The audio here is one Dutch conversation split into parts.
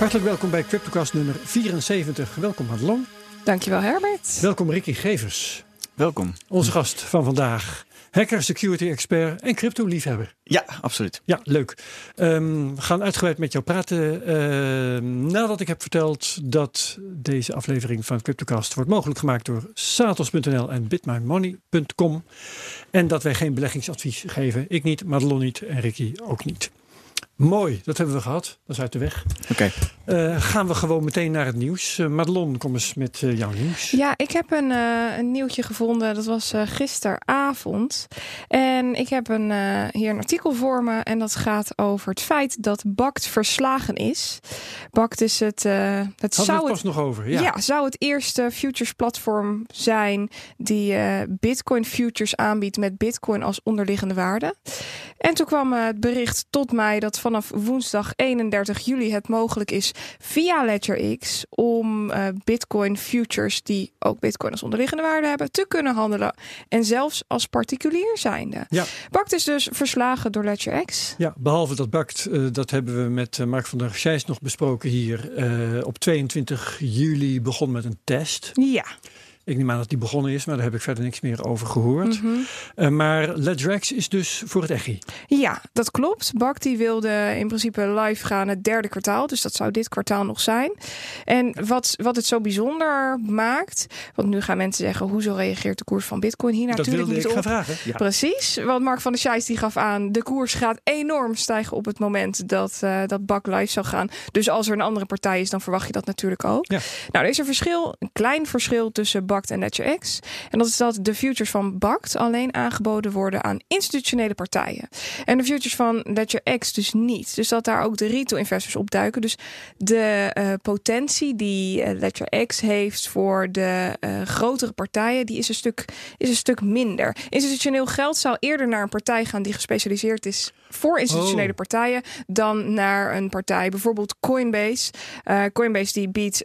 Hartelijk welkom bij Cryptocast nummer 74. Welkom Madelon. Dankjewel Herbert. Welkom Ricky Gevers. Welkom. Onze gast van vandaag. Hacker, security expert en crypto-liefhebber. Ja, absoluut. Ja, leuk. We gaan uitgebreid met jou praten. Nadat ik heb verteld dat deze aflevering van Cryptocast wordt mogelijk gemaakt door Satos.nl en bitmymoney.com. En dat wij geen beleggingsadvies geven. Ik niet, Madelon niet en Ricky ook niet. Mooi, dat hebben we gehad. Dat is uit de weg. Oké. Gaan we gewoon meteen naar het nieuws. Madelon, kom eens met jouw nieuws. Ja, ik heb een nieuwtje gevonden. Dat was gisteravond. En ik heb hier een artikel voor me. En dat gaat over het feit dat BACT verslagen is. BACT is het Hadden we het pas nog over? Ja, zou het eerste futures platform zijn die Bitcoin futures aanbiedt met Bitcoin als onderliggende waarde. En toen kwam het bericht tot mij dat vanaf woensdag 31 juli het mogelijk is via LedgerX om Bitcoin futures die ook Bitcoin als onderliggende waarde hebben te kunnen handelen. En zelfs als particulier zijnde. Ja. BACT is dus verslagen door LedgerX. Ja, behalve dat BACT, dat hebben we met Mark van der Scheijs nog besproken hier. Op 22 juli begon met een test. Ja. Ik neem aan dat die begonnen is, maar daar heb ik verder niks meer over gehoord. Mm-hmm. Maar LedgerX is dus voor het echi. Ja, dat klopt. BACT die wilde in principe live gaan het derde kwartaal. Dus dat zou dit kwartaal nog zijn. En wat het zo bijzonder maakt. Want nu gaan mensen zeggen, hoezo reageert de koers van Bitcoin hier natuurlijk niet op? Dat wilde ik gaan vragen. Ja. Precies. Want Mark van der Scheijs die gaf aan, de koers gaat enorm stijgen op het moment dat BACT live zou gaan. Dus als er een andere partij is, dan verwacht je dat natuurlijk ook. Ja. Nou, er is een klein verschil tussen BACT en LedgerX. En dat is dat de futures van BACT alleen aangeboden worden aan institutionele partijen. En de futures van LedgerX dus niet. Dus dat daar ook de retail investors op duiken. Dus de potentie die LedgerX heeft voor de grotere partijen, die is een stuk minder. Institutioneel geld zou eerder naar een partij gaan die gespecialiseerd is voor institutionele partijen dan naar een partij. Bijvoorbeeld Coinbase. Coinbase die biedt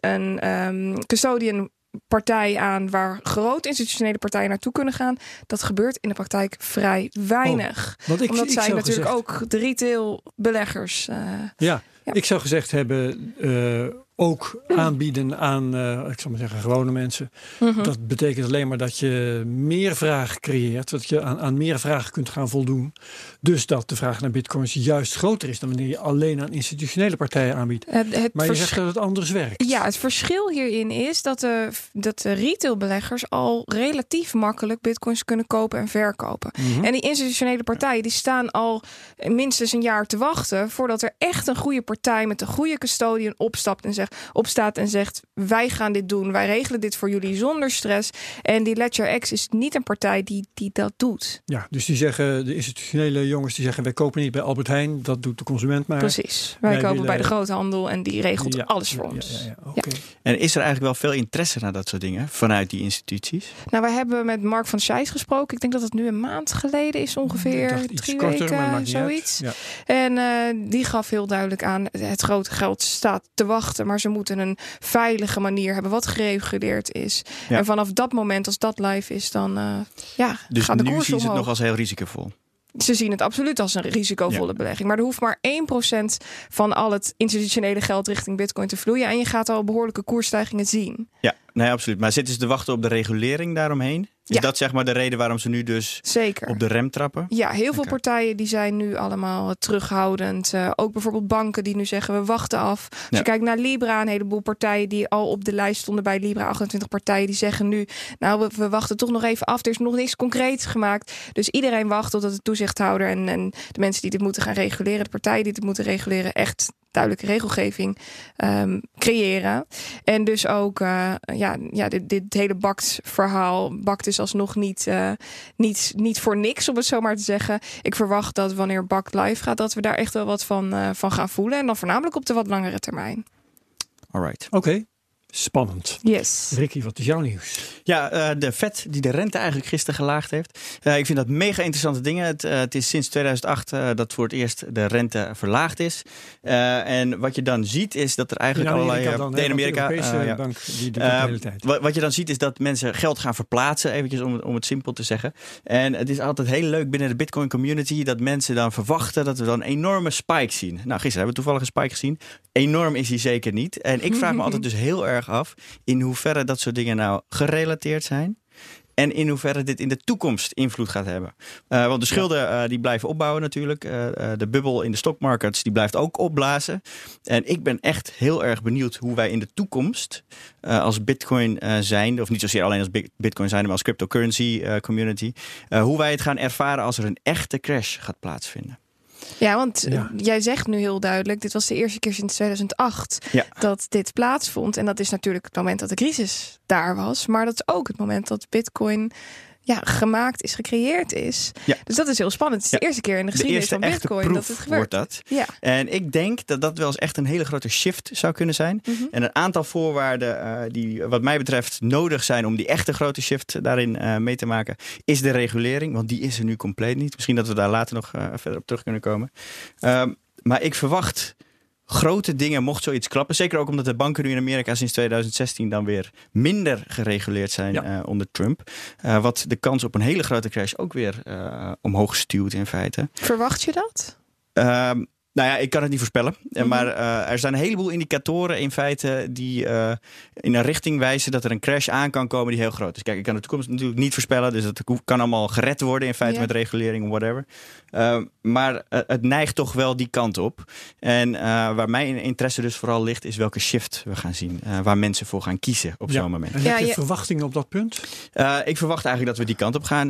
een custodian partij aan waar grote institutionele partijen naartoe kunnen gaan. Dat gebeurt in de praktijk vrij weinig. Omdat zij natuurlijk ook de retail beleggers. Ja, ik zou gezegd hebben ook aanbieden aan, ik zal maar zeggen, gewone mensen. Mm-hmm. Dat betekent alleen maar dat je meer vraag creëert. Dat je aan meer vragen kunt gaan voldoen. Dus dat de vraag naar bitcoins juist groter is dan wanneer je alleen aan institutionele partijen aanbiedt. Maar je zegt dat het anders werkt. Ja, het verschil hierin is dat de retailbeleggers al relatief makkelijk bitcoins kunnen kopen en verkopen. Mm-hmm. En die institutionele partijen die staan al minstens een jaar te wachten voordat er echt een goede partij met een goede custodian opstaat en zegt, wij gaan dit doen, wij regelen dit voor jullie zonder stress. En die LedgerX is niet een partij die dat doet. Ja, dus die zeggen, de institutionele jongens die zeggen, wij kopen niet bij Albert Heijn, dat doet de consument maar. Precies, wij kopen bij de groothandel en die regelt alles voor ons. Okay. En is er eigenlijk wel veel interesse naar dat soort dingen vanuit die instituties? Nou, wij hebben met Mark van der Scheijs gesproken. Ik denk dat het nu een maand geleden is ongeveer. 3 weken, zoiets. Ja. En die gaf heel duidelijk aan, het grote geld staat te wachten, maar ze moeten een veilige manier hebben wat gereguleerd is. Ja. En vanaf dat moment, als dat live is, dan dus gaat de koers omhoog. Dus nu zien ze het nog als heel risicovol? Ze zien het absoluut als een risicovolle belegging. Maar er hoeft maar 1% van al het institutionele geld richting Bitcoin te vloeien. En je gaat al behoorlijke koersstijgingen zien. Ja, nee, absoluut. Maar zitten ze te wachten op de regulering daaromheen? Is dat zeg maar de reden waarom ze nu dus op de rem trappen? Ja, heel veel partijen die zijn nu allemaal terughoudend. Ook bijvoorbeeld banken die nu zeggen, we wachten af. Als je kijkt naar Libra, een heleboel partijen die al op de lijst stonden bij Libra, 28 partijen die zeggen nu, nou, we wachten toch nog even af. Er is nog niks concreets gemaakt. Dus iedereen wacht totdat de toezichthouder en de mensen die dit moeten gaan reguleren, de partijen die dit moeten reguleren, echt duidelijke regelgeving creëren. En dus ook dit hele BACT-verhaal. BACT is alsnog niet voor niks, om het zo maar te zeggen. Ik verwacht dat wanneer BACT live gaat, dat we daar echt wel wat van gaan voelen. En dan voornamelijk op de wat langere termijn. Alright. Oké. Spannend. Yes. Ricky, wat is jouw nieuws? Ja, de Fed die de rente eigenlijk gisteren gelaagd heeft. Ik vind dat mega interessante dingen. Het is sinds 2008 dat voor het eerst de rente verlaagd is. En wat je dan ziet is dat er eigenlijk in Amerika, de Europese bank die doet de hele tijd. Wat je dan ziet is dat mensen geld gaan verplaatsen, eventjes om het simpel te zeggen. En het is altijd heel leuk binnen de Bitcoin community dat mensen dan verwachten dat we dan een enorme spike zien. Nou, gisteren hebben we toevallig een spike gezien. Enorm is die zeker niet. En ik vraag me altijd dus heel erg af in hoeverre dat soort dingen nou gerelateerd zijn. En in hoeverre dit in de toekomst invloed gaat hebben. Want de schulden die blijven opbouwen natuurlijk. De bubbel in de stockmarkets die blijft ook opblazen. En ik ben echt heel erg benieuwd hoe wij in de toekomst als Bitcoin zijn, of niet zozeer alleen als Bitcoin zijn, maar als cryptocurrency community, hoe wij het gaan ervaren als er een echte crash gaat plaatsvinden. Ja, want jij zegt nu heel duidelijk, dit was de eerste keer sinds 2008 dat dit plaatsvond. En dat is natuurlijk het moment dat de crisis daar was. Maar dat is ook het moment dat Bitcoin gemaakt is, gecreëerd is. Ja. Dus dat is heel spannend. Het is de eerste keer in de geschiedenis van Bitcoin dat het gebeurt. Wordt dat. Ja. En ik denk dat dat wel eens echt een hele grote shift zou kunnen zijn. Mm-hmm. En een aantal voorwaarden die wat mij betreft nodig zijn om die echte grote shift daarin mee te maken, is de regulering. Want die is er nu compleet niet. Misschien dat we daar later nog verder op terug kunnen komen. Maar ik verwacht grote dingen mocht zoiets klappen. Zeker ook omdat de banken nu in Amerika sinds 2016 dan weer minder gereguleerd zijn onder Trump. Wat de kans op een hele grote crash ook weer omhoog stuwt in feite. Verwacht je dat? Nou ja, ik kan het niet voorspellen. Maar er zijn een heleboel indicatoren in feite die in een richting wijzen dat er een crash aan kan komen die heel groot is. Kijk, ik kan de toekomst natuurlijk niet voorspellen. Dus dat kan allemaal gered worden in feite met regulering of whatever. Maar het neigt toch wel die kant op. En waar mijn interesse dus vooral ligt is welke shift we gaan zien. Waar mensen voor gaan kiezen op zo'n moment. En heb je verwachtingen op dat punt? Ik verwacht eigenlijk dat we die kant op gaan.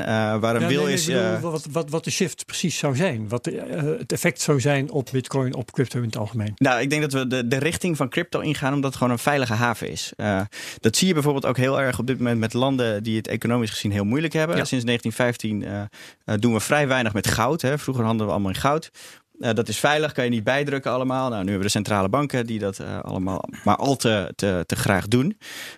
Wat de shift precies zou zijn. Wat het effect zou zijn op Bitcoin, op crypto in het algemeen. Nou, ik denk dat we de richting van crypto ingaan omdat het gewoon een veilige haven is. Dat zie je bijvoorbeeld ook heel erg op dit moment met landen die het economisch gezien heel moeilijk hebben. Ja. Sinds 1915 doen we vrij weinig met goud. Hè. Vroeger handelden we allemaal in goud. Dat is veilig, kan je niet bijdrukken allemaal. Nou, nu hebben we de centrale banken die dat allemaal maar al te graag doen.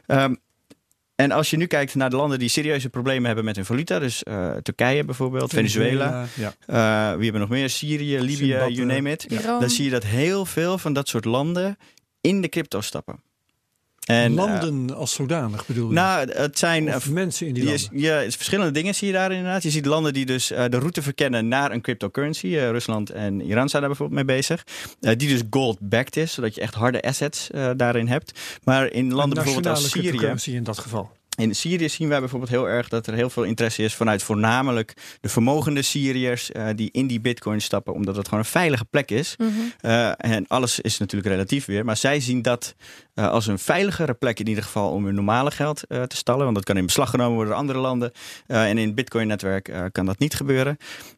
En als je nu kijkt naar de landen die serieuze problemen hebben met hun valuta, dus Turkije bijvoorbeeld, Venezuela, wie hebben nog meer? Syrië, Libië, Zimbabwe, you name it. Iran. Dan zie je dat heel veel van dat soort landen in de crypto stappen. En, landen als zodanig bedoel je? Nou, het zijn of mensen in die landen? Ja, verschillende dingen zie je daar inderdaad. Je ziet landen die dus de route verkennen naar een cryptocurrency. Rusland en Iran zijn daar bijvoorbeeld mee bezig. Die dus gold-backed is, zodat je echt harde assets daarin hebt. Maar in landen bijvoorbeeld als Syrië, cryptocurrency in dat geval. In Syrië zien wij bijvoorbeeld heel erg dat er heel veel interesse is vanuit voornamelijk de vermogende Syriërs die in die Bitcoin stappen, omdat het gewoon een veilige plek is. Mm-hmm. En alles is natuurlijk relatief weer, maar zij zien dat als een veiligere plek in ieder geval om hun normale geld te stallen, want dat kan in beslag genomen worden door andere landen. En in het Bitcoin-netwerk kan dat niet gebeuren.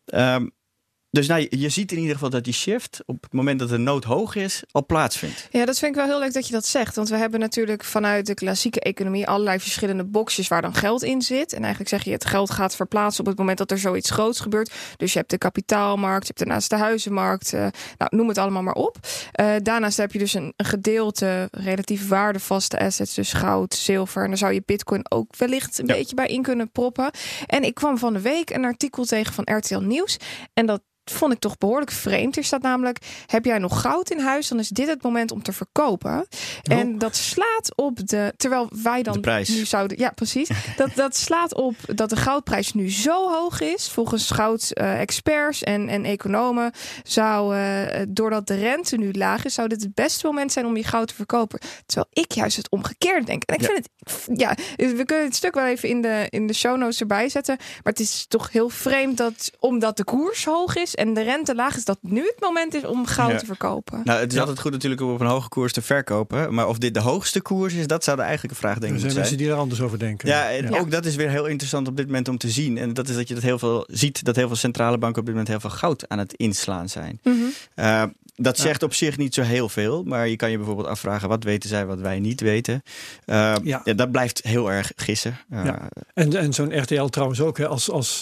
Dus nou, je ziet in ieder geval dat die shift op het moment dat de nood hoog is, al plaatsvindt. Ja, dat vind ik wel heel leuk dat je dat zegt. Want we hebben natuurlijk vanuit de klassieke economie allerlei verschillende boxjes waar dan geld in zit. En eigenlijk zeg je, het geld gaat verplaatsen op het moment dat er zoiets groots gebeurt. Dus je hebt de kapitaalmarkt, je hebt daarnaast de huizenmarkt. Noem het allemaal maar op. Daarnaast heb je dus een gedeelte relatief waardevaste assets. Dus goud, zilver. En daar zou je Bitcoin ook wellicht een beetje bij in kunnen proppen. En ik kwam van de week een artikel tegen van RTL Nieuws. En dat vond ik toch behoorlijk vreemd. Er staat namelijk, heb jij nog goud in huis, dan is dit het moment om te verkopen. En dat slaat op terwijl wij dan de prijs nu zouden, ja precies, dat slaat op dat de goudprijs nu zo hoog is. Volgens goud-experts en economen zou, doordat de rente nu laag is, zou dit het beste moment zijn om je goud te verkopen. Terwijl ik juist het omgekeerde denk. En ik vind het, we kunnen het stuk wel even in de show notes erbij zetten, maar het is toch heel vreemd dat, omdat de koers hoog is en de rente laag is, dat nu het moment is om goud te verkopen. Nou, het is altijd goed natuurlijk om op een hoge koers te verkopen. Maar of dit de hoogste koers is, dat zou de eigenlijke vraag denk ik zijn. Er zijn mensen die er anders over denken. Ja, en ook dat is weer heel interessant op dit moment om te zien. En dat is dat je dat heel veel ziet, dat heel veel centrale banken op dit moment heel veel goud aan het inslaan zijn. Mm-hmm. Dat zegt op zich niet zo heel veel. Maar je kan je bijvoorbeeld afvragen, wat weten zij wat wij niet weten? Dat blijft heel erg gissen. En zo'n RTL trouwens ook. Hè,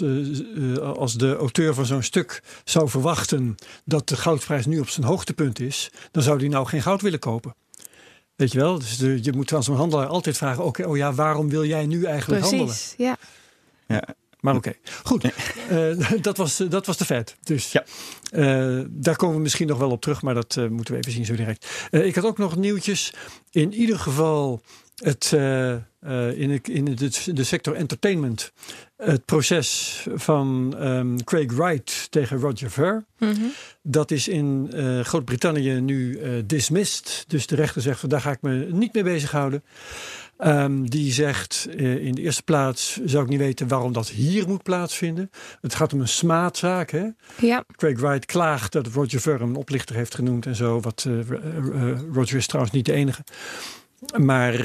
als de auteur van zo'n stuk zou verwachten dat de goudprijs nu op zijn hoogtepunt is, dan zou die nou geen goud willen kopen. Weet je wel? Dus je moet aan zo'n handelaar altijd vragen... oké, waarom wil jij nu eigenlijk handelen? Precies, ja. Maar oké, goed. Dat was de feit. Dus daar komen we misschien nog wel op terug... maar dat moeten we even zien zo direct. Ik had ook nog nieuwtjes. In ieder geval in de sector entertainment... het proces van Craig Wright tegen Roger Ver. Mm-hmm. Dat is in Groot-Brittannië nu dismissed. Dus de rechter zegt, daar ga ik me niet mee bezighouden. Die zegt, in de eerste plaats zou ik niet weten waarom dat hier moet plaatsvinden. Het gaat om een smaadzaak. Hè? Ja. Craig Wright klaagt dat Roger Ver een oplichter heeft genoemd en zo. Roger is trouwens niet de enige. Maar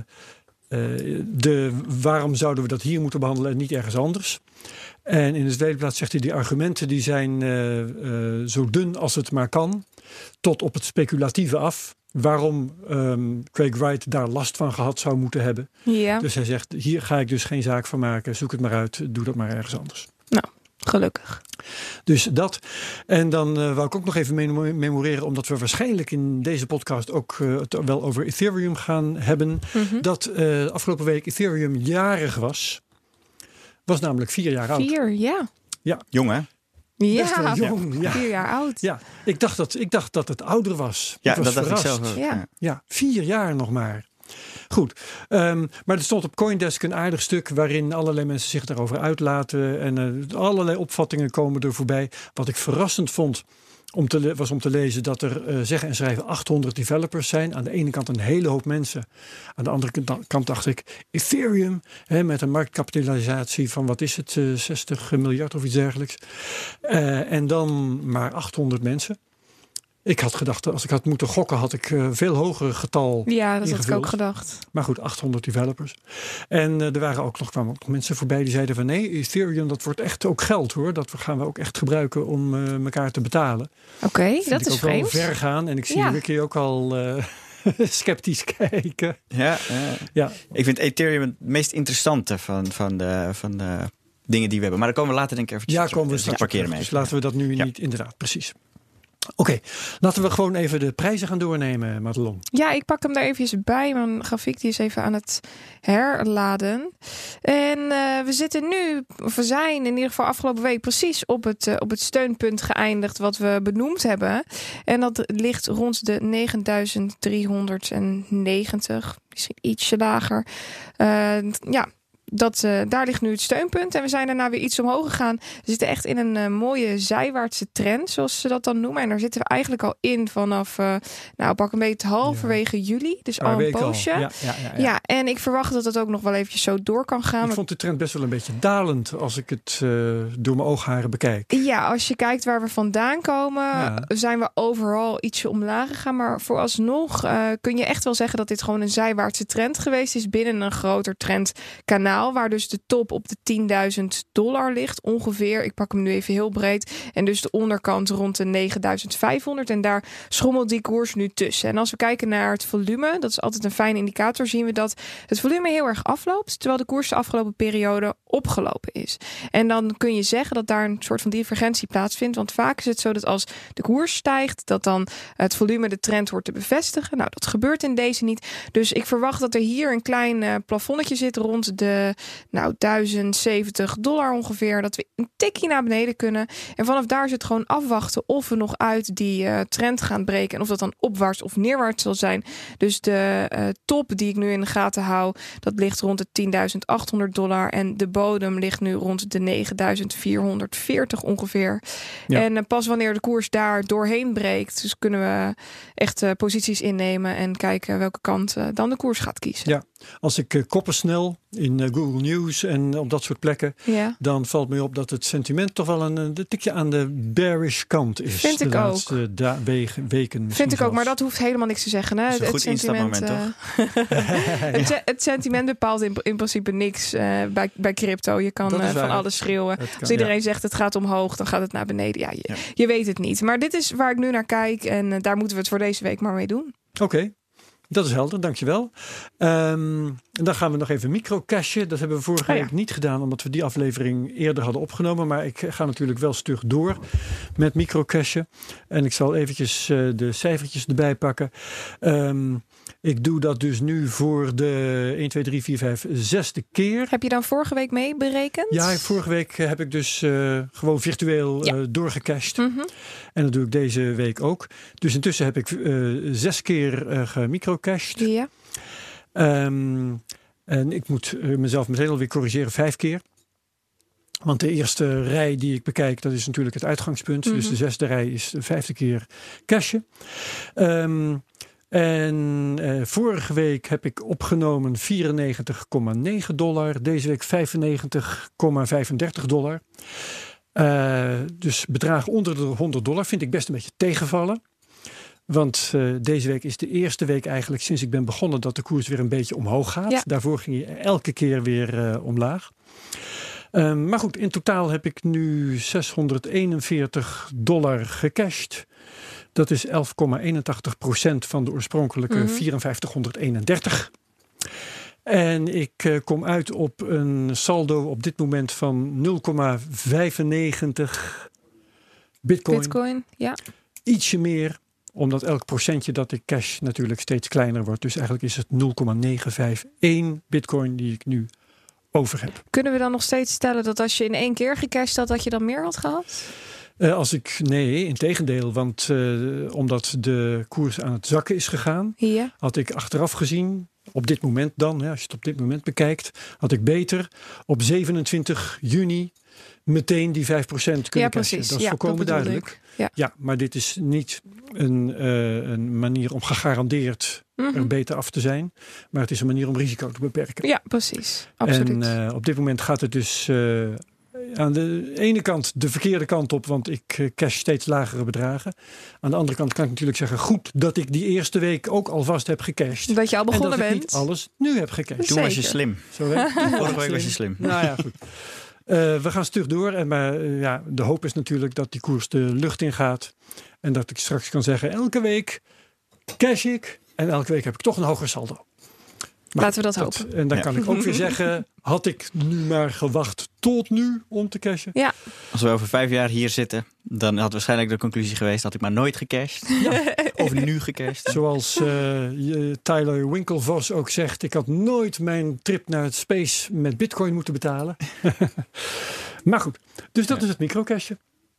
waarom zouden we dat hier moeten behandelen en niet ergens anders? En in de tweede plaats zegt hij, die argumenten die zijn zo dun als het maar kan. Tot op het speculatieve af. Waarom Craig Wright daar last van gehad zou moeten hebben. Ja. Dus hij zegt, hier ga ik dus geen zaak van maken. Zoek het maar uit, doe dat maar ergens anders. Nou, gelukkig. Dus dat. En dan wou ik ook nog even memoreren... omdat we waarschijnlijk in deze podcast ook het wel over Ethereum gaan hebben. Mm-hmm. Dat afgelopen week Ethereum jarig was. Was namelijk 4 jaar oud. 4, ja. Jong, hè? Ja, jong, 4 jaar oud. Ja, ik dacht dat het ouder was. Ja, dat dacht ik zelf. Ja, 4 jaar nog maar. Goed, maar er stond op CoinDesk een aardig stuk... waarin allerlei mensen zich daarover uitlaten... en allerlei opvattingen komen er voorbij. Wat ik verrassend vond... was om te lezen dat er zeggen en schrijven 800 developers zijn. Aan de ene kant een hele hoop mensen. Aan de andere kant dacht ik Ethereum met een marktkapitalisatie van wat is het, 60 miljard of iets dergelijks. En dan maar 800 mensen. Ik had gedacht, als ik had moeten gokken, had ik veel hoger getal. Ja, dat had ik ook gedacht. Maar goed, 800 developers. En er kwamen ook nog mensen voorbij die zeiden van nee, Ethereum, dat wordt echt ook geld hoor. Dat gaan we ook echt gebruiken om elkaar te betalen. Oké, dat is vreemd. Wel ver gaan. En ik zie Ricky ook al sceptisch kijken. Ja. Ik vind Ethereum het meest interessante van de dingen die we hebben. Maar daar komen we later denk ik eventjes komen we straks parkeren mee. Dus laten we dat nu niet, inderdaad, precies. Oké, laten we gewoon even de prijzen gaan doornemen, Madelon. Ja, ik pak hem daar eventjes bij. Mijn grafiek die is even aan het herladen. En we zijn in ieder geval afgelopen week precies op het steunpunt geëindigd wat we benoemd hebben. En dat ligt rond de 9.390, misschien ietsje lager. Daar ligt nu het steunpunt. En we zijn daarna weer iets omhoog gegaan. We zitten echt in een mooie zijwaartse trend, zoals ze dat dan noemen. En daar zitten we eigenlijk al in vanaf, pak een beetje halverwege juli. Dus al een poosje. Ja, en ik verwacht dat het ook nog wel eventjes zo door kan gaan. Ik vond de trend best wel een beetje dalend als ik het door mijn oogharen bekijk. Ja, als je kijkt waar we vandaan komen, zijn we overal ietsje omlaag gegaan. Maar vooralsnog kun je echt wel zeggen dat dit gewoon een zijwaartse trend geweest is binnen een groter trendkanaal. Waar dus de top op de $10.000 ligt ongeveer. Ik pak hem nu even heel breed. En dus de onderkant rond de 9.500. En daar schommelt die koers nu tussen. En als we kijken naar het volume, dat is altijd een fijne indicator, zien we dat het volume heel erg afloopt, terwijl de koers de afgelopen periode opgelopen is. En dan kun je zeggen dat daar een soort van divergentie plaatsvindt. Want vaak is het zo dat als de koers stijgt, dat dan het volume de trend hoort te bevestigen. Nou, dat gebeurt in deze niet. Dus ik verwacht dat er hier een klein plafonnetje zit rond de $1.070 ongeveer. Dat we een tikje naar beneden kunnen. En vanaf daar is het gewoon afwachten of we nog uit die trend gaan breken. En of dat dan opwaarts of neerwaarts zal zijn. Dus de top die ik nu in de gaten hou, dat ligt rond de $10.800. En de bodem ligt nu rond de 9.440 ongeveer. Ja. En pas wanneer de koers daar doorheen breekt, dus kunnen we echt posities innemen en kijken welke kant dan de koers gaat kiezen. Ja, als ik koppensnel in Google News en op dat soort plekken, dan valt mij op dat het sentiment toch wel een tikje aan de bearish kant is. Vind ik ook. Weken. Vind ik ook, maar dat hoeft helemaal niks te zeggen. Hè? Dat is een goed instapmoment, toch? Het sentiment bepaalt in principe niks bij crypto. Je kan van alles schreeuwen. Als iedereen zegt het gaat omhoog, dan gaat het naar beneden. Ja, je weet het niet. Maar dit is waar ik nu naar kijk en daar moeten we het voor deze week maar mee doen. Oké. Dat is helder, dankjewel. Dan gaan we nog even microcashen. Dat hebben we vorige week niet gedaan, omdat we die aflevering eerder hadden opgenomen. Maar ik ga natuurlijk wel stug door met microcashen. En ik zal eventjes de cijfertjes erbij pakken. Ik doe dat dus nu voor de 1, 2, 3, 4, 5, 6e keer. Heb je dan vorige week mee berekend? Ja, vorige week heb ik dus gewoon virtueel doorgecashed. Mm-hmm. En dat doe ik deze week ook. Dus intussen heb ik 6 keer gemicrocashed. Ja. En ik moet mezelf meteen alweer corrigeren, 5 keer. Want de eerste rij die ik bekijk, dat is natuurlijk het uitgangspunt. Mm-hmm. Dus de 6e rij is de 5e keer cashen. En vorige week heb ik opgenomen $94,9. Deze week $95,35. Dus bedragen onder de $100 vind ik best een beetje tegenvallen. Want deze week is de eerste week eigenlijk sinds ik ben begonnen dat de koers weer een beetje omhoog gaat. Ja. Daarvoor ging hij elke keer weer omlaag. Maar goed, in totaal heb ik nu $641 gecashed. Dat is 11,81% van de oorspronkelijke 5431. En ik kom uit op een saldo op dit moment van 0,95 Bitcoin. Ja. Ietsje meer, omdat elk procentje dat ik cash natuurlijk steeds kleiner wordt. Dus eigenlijk is het 0,951 Bitcoin die ik nu over heb. Kunnen we dan nog steeds stellen dat als je in 1 keer gecashed had, dat je dan meer had gehad? Nee, integendeel. Want omdat de koers aan het zakken is gegaan, had ik achteraf gezien, op dit moment dan, als je het op dit moment bekijkt, had ik beter op 27 juni meteen die 5% kunnen cashen. Dat is volkomen duidelijk. Ja, maar dit is niet een manier om gegarandeerd er beter af te zijn. Maar het is een manier om risico te beperken. Ja, precies. Absoluut. En op dit moment gaat het dus aan de ene kant de verkeerde kant op, want ik cash steeds lagere bedragen. Aan de andere kant kan ik natuurlijk zeggen, goed dat ik die eerste week ook alvast heb gecashed. Dat je al begonnen bent. En dat ik niet alles nu heb gecashed. Toen was je slim. Vorige week was je slim. Nou ja, goed. We gaan stug door. Maar de hoop is natuurlijk dat die koers de lucht in gaat. En dat ik straks kan zeggen, elke week cash ik. En elke week heb ik toch een hoger saldo. Maar laten we dat hopen. En dan kan ik ook weer zeggen, had ik nu maar gewacht tot nu om te cashen. Ja. Als we over 5 jaar hier zitten, dan had waarschijnlijk de conclusie geweest, had ik maar nooit gecashed. Ja. Of nu gecashed. Zoals Tyler Winklevoss ook zegt, ik had nooit mijn trip naar het space met Bitcoin moeten betalen. Maar goed, dus dat is het microcashen.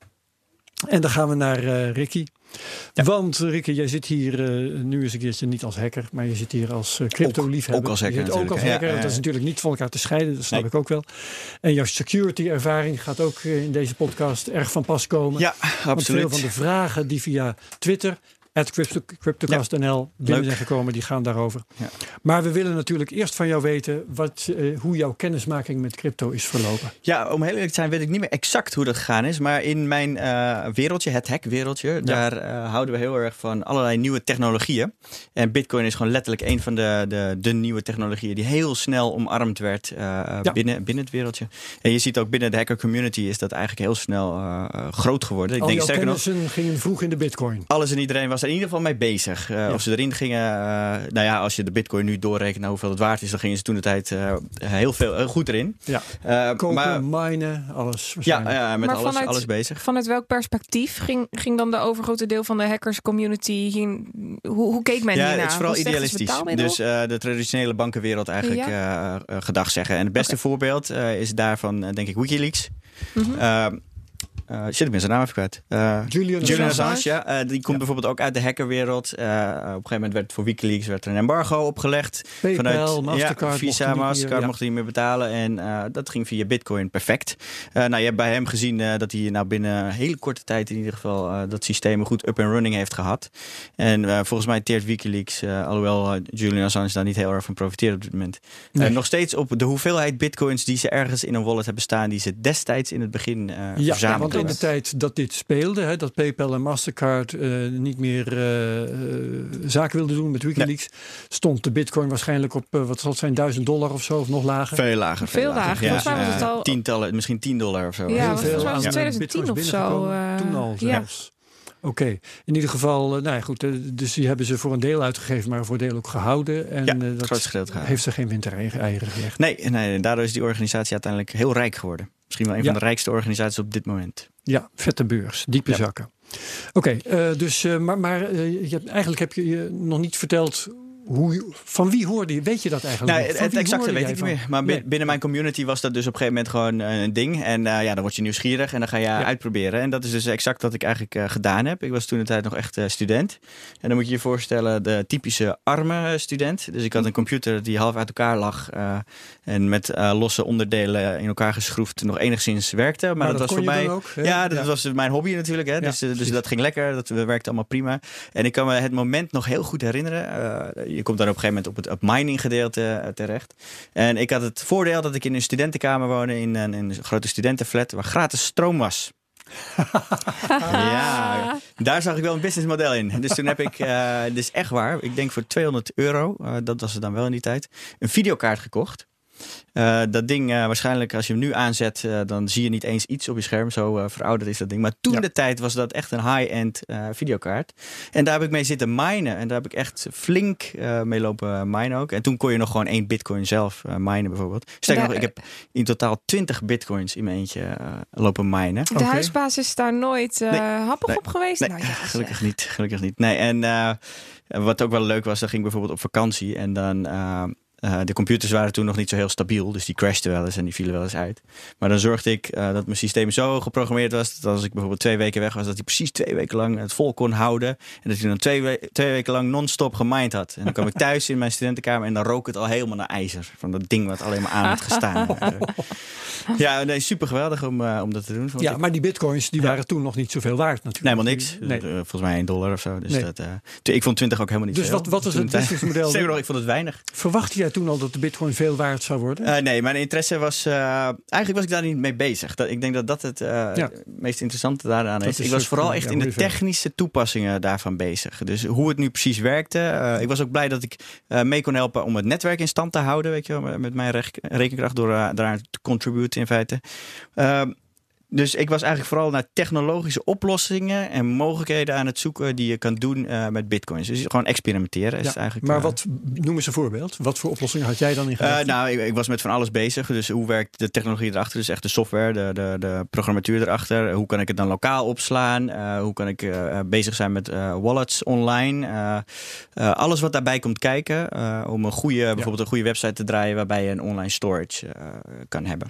En dan gaan we naar Ricky. Ja. Want Ricky, jij zit hier nu eens een keertje niet als hacker, maar je zit hier als crypto-liefhebber. Ook als hacker. Ook als hacker. Ja. Dat is natuurlijk niet van elkaar te scheiden, dat snap ik ook wel. En jouw security-ervaring gaat ook in deze podcast erg van pas komen. Ja, absoluut. Want veel van de vragen die via Twitter, @CryptoCast.nl binnen zijn gekomen, die gaan daarover. Ja. Maar we willen natuurlijk eerst van jou weten hoe jouw kennismaking met crypto is verlopen. Ja, om heel eerlijk te zijn weet ik niet meer exact hoe dat gegaan is. Maar in mijn wereldje, het hackwereldje, daar houden we heel erg van allerlei nieuwe technologieën. En Bitcoin is gewoon letterlijk een van de nieuwe technologieën die heel snel omarmd werd binnen het wereldje. En je ziet ook binnen de hacker community is dat eigenlijk heel snel groot geworden. Al jouw kennissen gingen vroeg in de Bitcoin. Alles en iedereen was er in ieder geval mee bezig. Of ze erin gingen, als je de Bitcoin nu doorrekent naar hoeveel het waard is, dan gingen ze toen de tijd heel goed erin. Ja. Kopen, minen, alles. Ja, met alles bezig. Vanuit welk perspectief ging dan de overgrote deel van de hackers community? Hoe keek men hiernaar? Ja, het is vooral idealistisch. Dus de traditionele bankenwereld eigenlijk gedag zeggen. En het beste voorbeeld is daarvan denk ik WikiLeaks. Mm-hmm. Shit, ik ben zijn naam even kwijt. Julian Assange, die komt bijvoorbeeld ook uit de hackerwereld. Op een gegeven moment werd voor WikiLeaks een embargo opgelegd. PayPal, Mastercard, Visa, Mastercard mochten niet meer betalen. En dat ging via Bitcoin perfect. Je hebt bij hem gezien dat hij binnen een hele korte tijd in ieder geval dat systeem goed up and running heeft gehad. En volgens mij teert WikiLeaks, alhoewel Julian Assange daar niet heel erg van profiteert op dit moment. Nog steeds op de hoeveelheid bitcoins die ze ergens in een wallet hebben staan, die ze destijds in het begin verzamelden. In de tijd dat dit speelde, dat PayPal en Mastercard niet meer zaken wilden doen met WikiLeaks, stond de Bitcoin waarschijnlijk op, wat zal het zijn, $1000 of zo, of nog lager? Veel lager. Volgens mij was het al tientallen, misschien $10 of zo. Ja, volgens mij was het 2010 of zo. Toen al zelfs. Oké. In ieder geval, nou ja, goed. Dus die hebben ze voor een deel uitgegeven, maar voor een deel ook gehouden. En het grootste gedeelte gehouden. Heeft ze geen wintereieren gelegd. Nee, daardoor is die organisatie uiteindelijk heel rijk geworden. Misschien wel een van de rijkste organisaties op dit moment. Ja, vette beurs, diepe zakken. Oké, dus, maar eigenlijk heb je nog niet verteld... Van wie hoorde je? Weet je dat eigenlijk? Nou, het exacte weet ik niet meer. Maar binnen mijn community was dat dus op een gegeven moment gewoon een ding. En dan word je nieuwsgierig en dan ga je uitproberen. En dat is dus exact wat ik eigenlijk gedaan heb. Ik was toen de tijd nog echt student. En dan moet je je voorstellen de typische arme student. Dus ik had een computer die half uit elkaar lag. En met losse onderdelen in elkaar geschroefd nog enigszins werkte. Maar dat was voor mij... Ook, dat was mijn hobby natuurlijk. Hè? Dus dat ging lekker. Dat werkte allemaal prima. En ik kan me het moment nog heel goed herinneren. Je komt dan op een gegeven moment op het mining gedeelte terecht. En ik had het voordeel dat ik in een studentenkamer woonde in een grote studentenflat waar gratis stroom was. Ja, daar zag ik wel een businessmodel in. Dus toen heb ik, dus echt waar, ik denk voor €200, dat was het dan wel in die tijd, een videokaart gekocht. Dat ding, waarschijnlijk als je hem nu aanzet, dan zie je niet eens iets op je scherm. Zo verouderd is dat ding. Maar toen de tijd was dat echt een high-end videokaart. En daar heb ik mee zitten minen. En daar heb ik echt flink mee lopen minen ook. En toen kon je nog gewoon 1 bitcoin zelf minen bijvoorbeeld. Sterker nog, ik heb in totaal 20 bitcoins in mijn eentje lopen minen. De huisbaas is daar nooit happig op geweest? Nee, gelukkig niet. Nee, en wat ook wel leuk was, dan ging ik bijvoorbeeld op vakantie. En dan... de computers waren toen nog niet zo heel stabiel. Dus die crashten wel eens en die vielen wel eens uit. Maar dan zorgde ik dat mijn systeem zo geprogrammeerd was... dat als ik bijvoorbeeld 2 weken weg was... dat hij precies 2 weken lang het vol kon houden. En dat hij dan 2 weken lang non-stop gemined had. En dan kwam ik thuis in mijn studentenkamer... en dan rook het al helemaal naar ijzer. Van dat ding wat alleen maar aan had gestaan. Ja, nee, super geweldig om dat te doen. Ja, maar die bitcoins die waren toen nog niet zoveel waard natuurlijk. Nee, helemaal niks. Volgens mij $1 of zo. Dus ik vond 20 ook helemaal niet veel. Dus wat was het businessmodel? Sterker nog, ik vond het weinig. Verwachtte jij toen al dat de bitcoin veel waard zou worden? Nee, mijn interesse was... eigenlijk was ik daar niet mee bezig. Ik denk dat het meest interessante daaraan is. Ik was vooral echt in de technische toepassingen daarvan bezig. Dus hoe het nu precies werkte. Ik was ook blij dat ik mee kon helpen om het netwerk in stand te houden. Weet je wel, met mijn rekenkracht door daaraan te contributen in feite. Dus ik was eigenlijk vooral naar technologische oplossingen en mogelijkheden aan het zoeken die je kan doen met bitcoins. Dus gewoon experimenteren is eigenlijk. Maar noem eens een voorbeeld. Wat voor oplossingen had jij dan in gedachten? Nou, ik was met van alles bezig. Dus hoe werkt de technologie erachter? Dus echt de software, de programmatuur erachter. Hoe kan ik het dan lokaal opslaan? Hoe kan ik bezig zijn met wallets online? Alles wat daarbij komt kijken om bijvoorbeeld een goede website te draaien waarbij je een online storage kan hebben.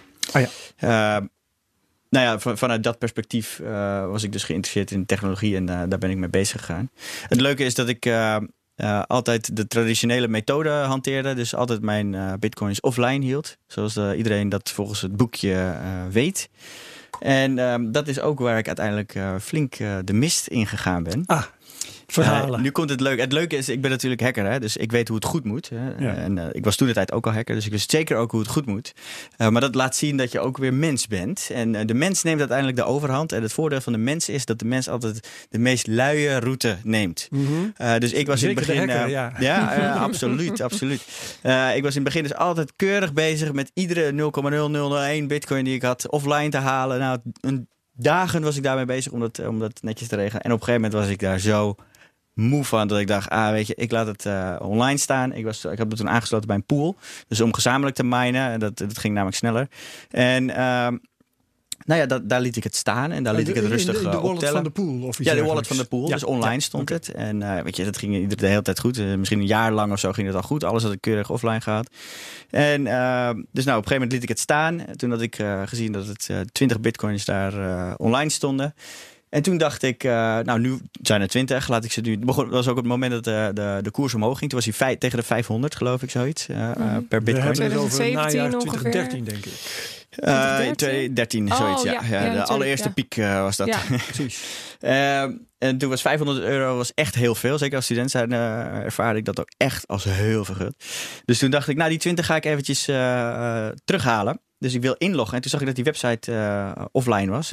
Nou ja, vanuit dat perspectief was ik dus geïnteresseerd in technologie en daar ben ik mee bezig gegaan. Het leuke is dat ik altijd de traditionele methode hanteerde. Dus altijd mijn bitcoins offline hield. Zoals iedereen dat volgens het boekje weet. En dat is ook waar ik uiteindelijk flink de mist in gegaan ben. Verhalen. Nu komt het leuk. Het leuke is, ik ben natuurlijk hacker, hè, dus ik weet hoe het goed moet. Hè. Ja. En ik was toen de tijd ook al hacker, dus ik wist zeker ook hoe het goed moet. Maar dat laat zien dat je ook weer mens bent. En de mens neemt uiteindelijk de overhand. En het voordeel van de mens is dat de mens altijd de meest luie route neemt. Mm-hmm. Dus ik was zeker in het begin... hacker, absoluut. Ik was in het begin dus altijd keurig bezig met iedere 0,0001 bitcoin die ik had offline te halen. Nou, dagen was ik daarmee bezig om dat netjes te regelen. En op een gegeven moment was ik daar zo moe van dat ik dacht, weet je, ik laat het online staan. Ik heb het toen aangesloten bij een pool. Dus om gezamenlijk te minen, dat ging namelijk sneller. En daar liet ik het staan en daar liet ik het rustig optellen. De wallet van de pool? Of iets de wallet van de pool. Dus online stond het. En weet je, dat ging de hele tijd goed. Misschien een jaar lang of zo ging het al goed. Alles had ik keurig offline gehad. En dus op een gegeven moment liet ik het staan. Toen had ik gezien dat het 20 bitcoins daar online stonden. En toen dacht ik, nu zijn er 20, laat ik ze nu... Dat was ook het moment dat de koers omhoog ging. Toen was hij tegen de 500, geloof ik, zoiets, per bitcoin. We hebben het over najaar 2013 denk ik. 2013, zoiets, de allereerste piek was dat. Ja, precies. En toen was €500 was echt heel veel. Zeker als student ervaarde ik dat ook echt als heel veel geld. Dus toen dacht ik, die 20 ga ik eventjes terughalen. Dus ik wil inloggen. En toen zag ik dat die website offline was.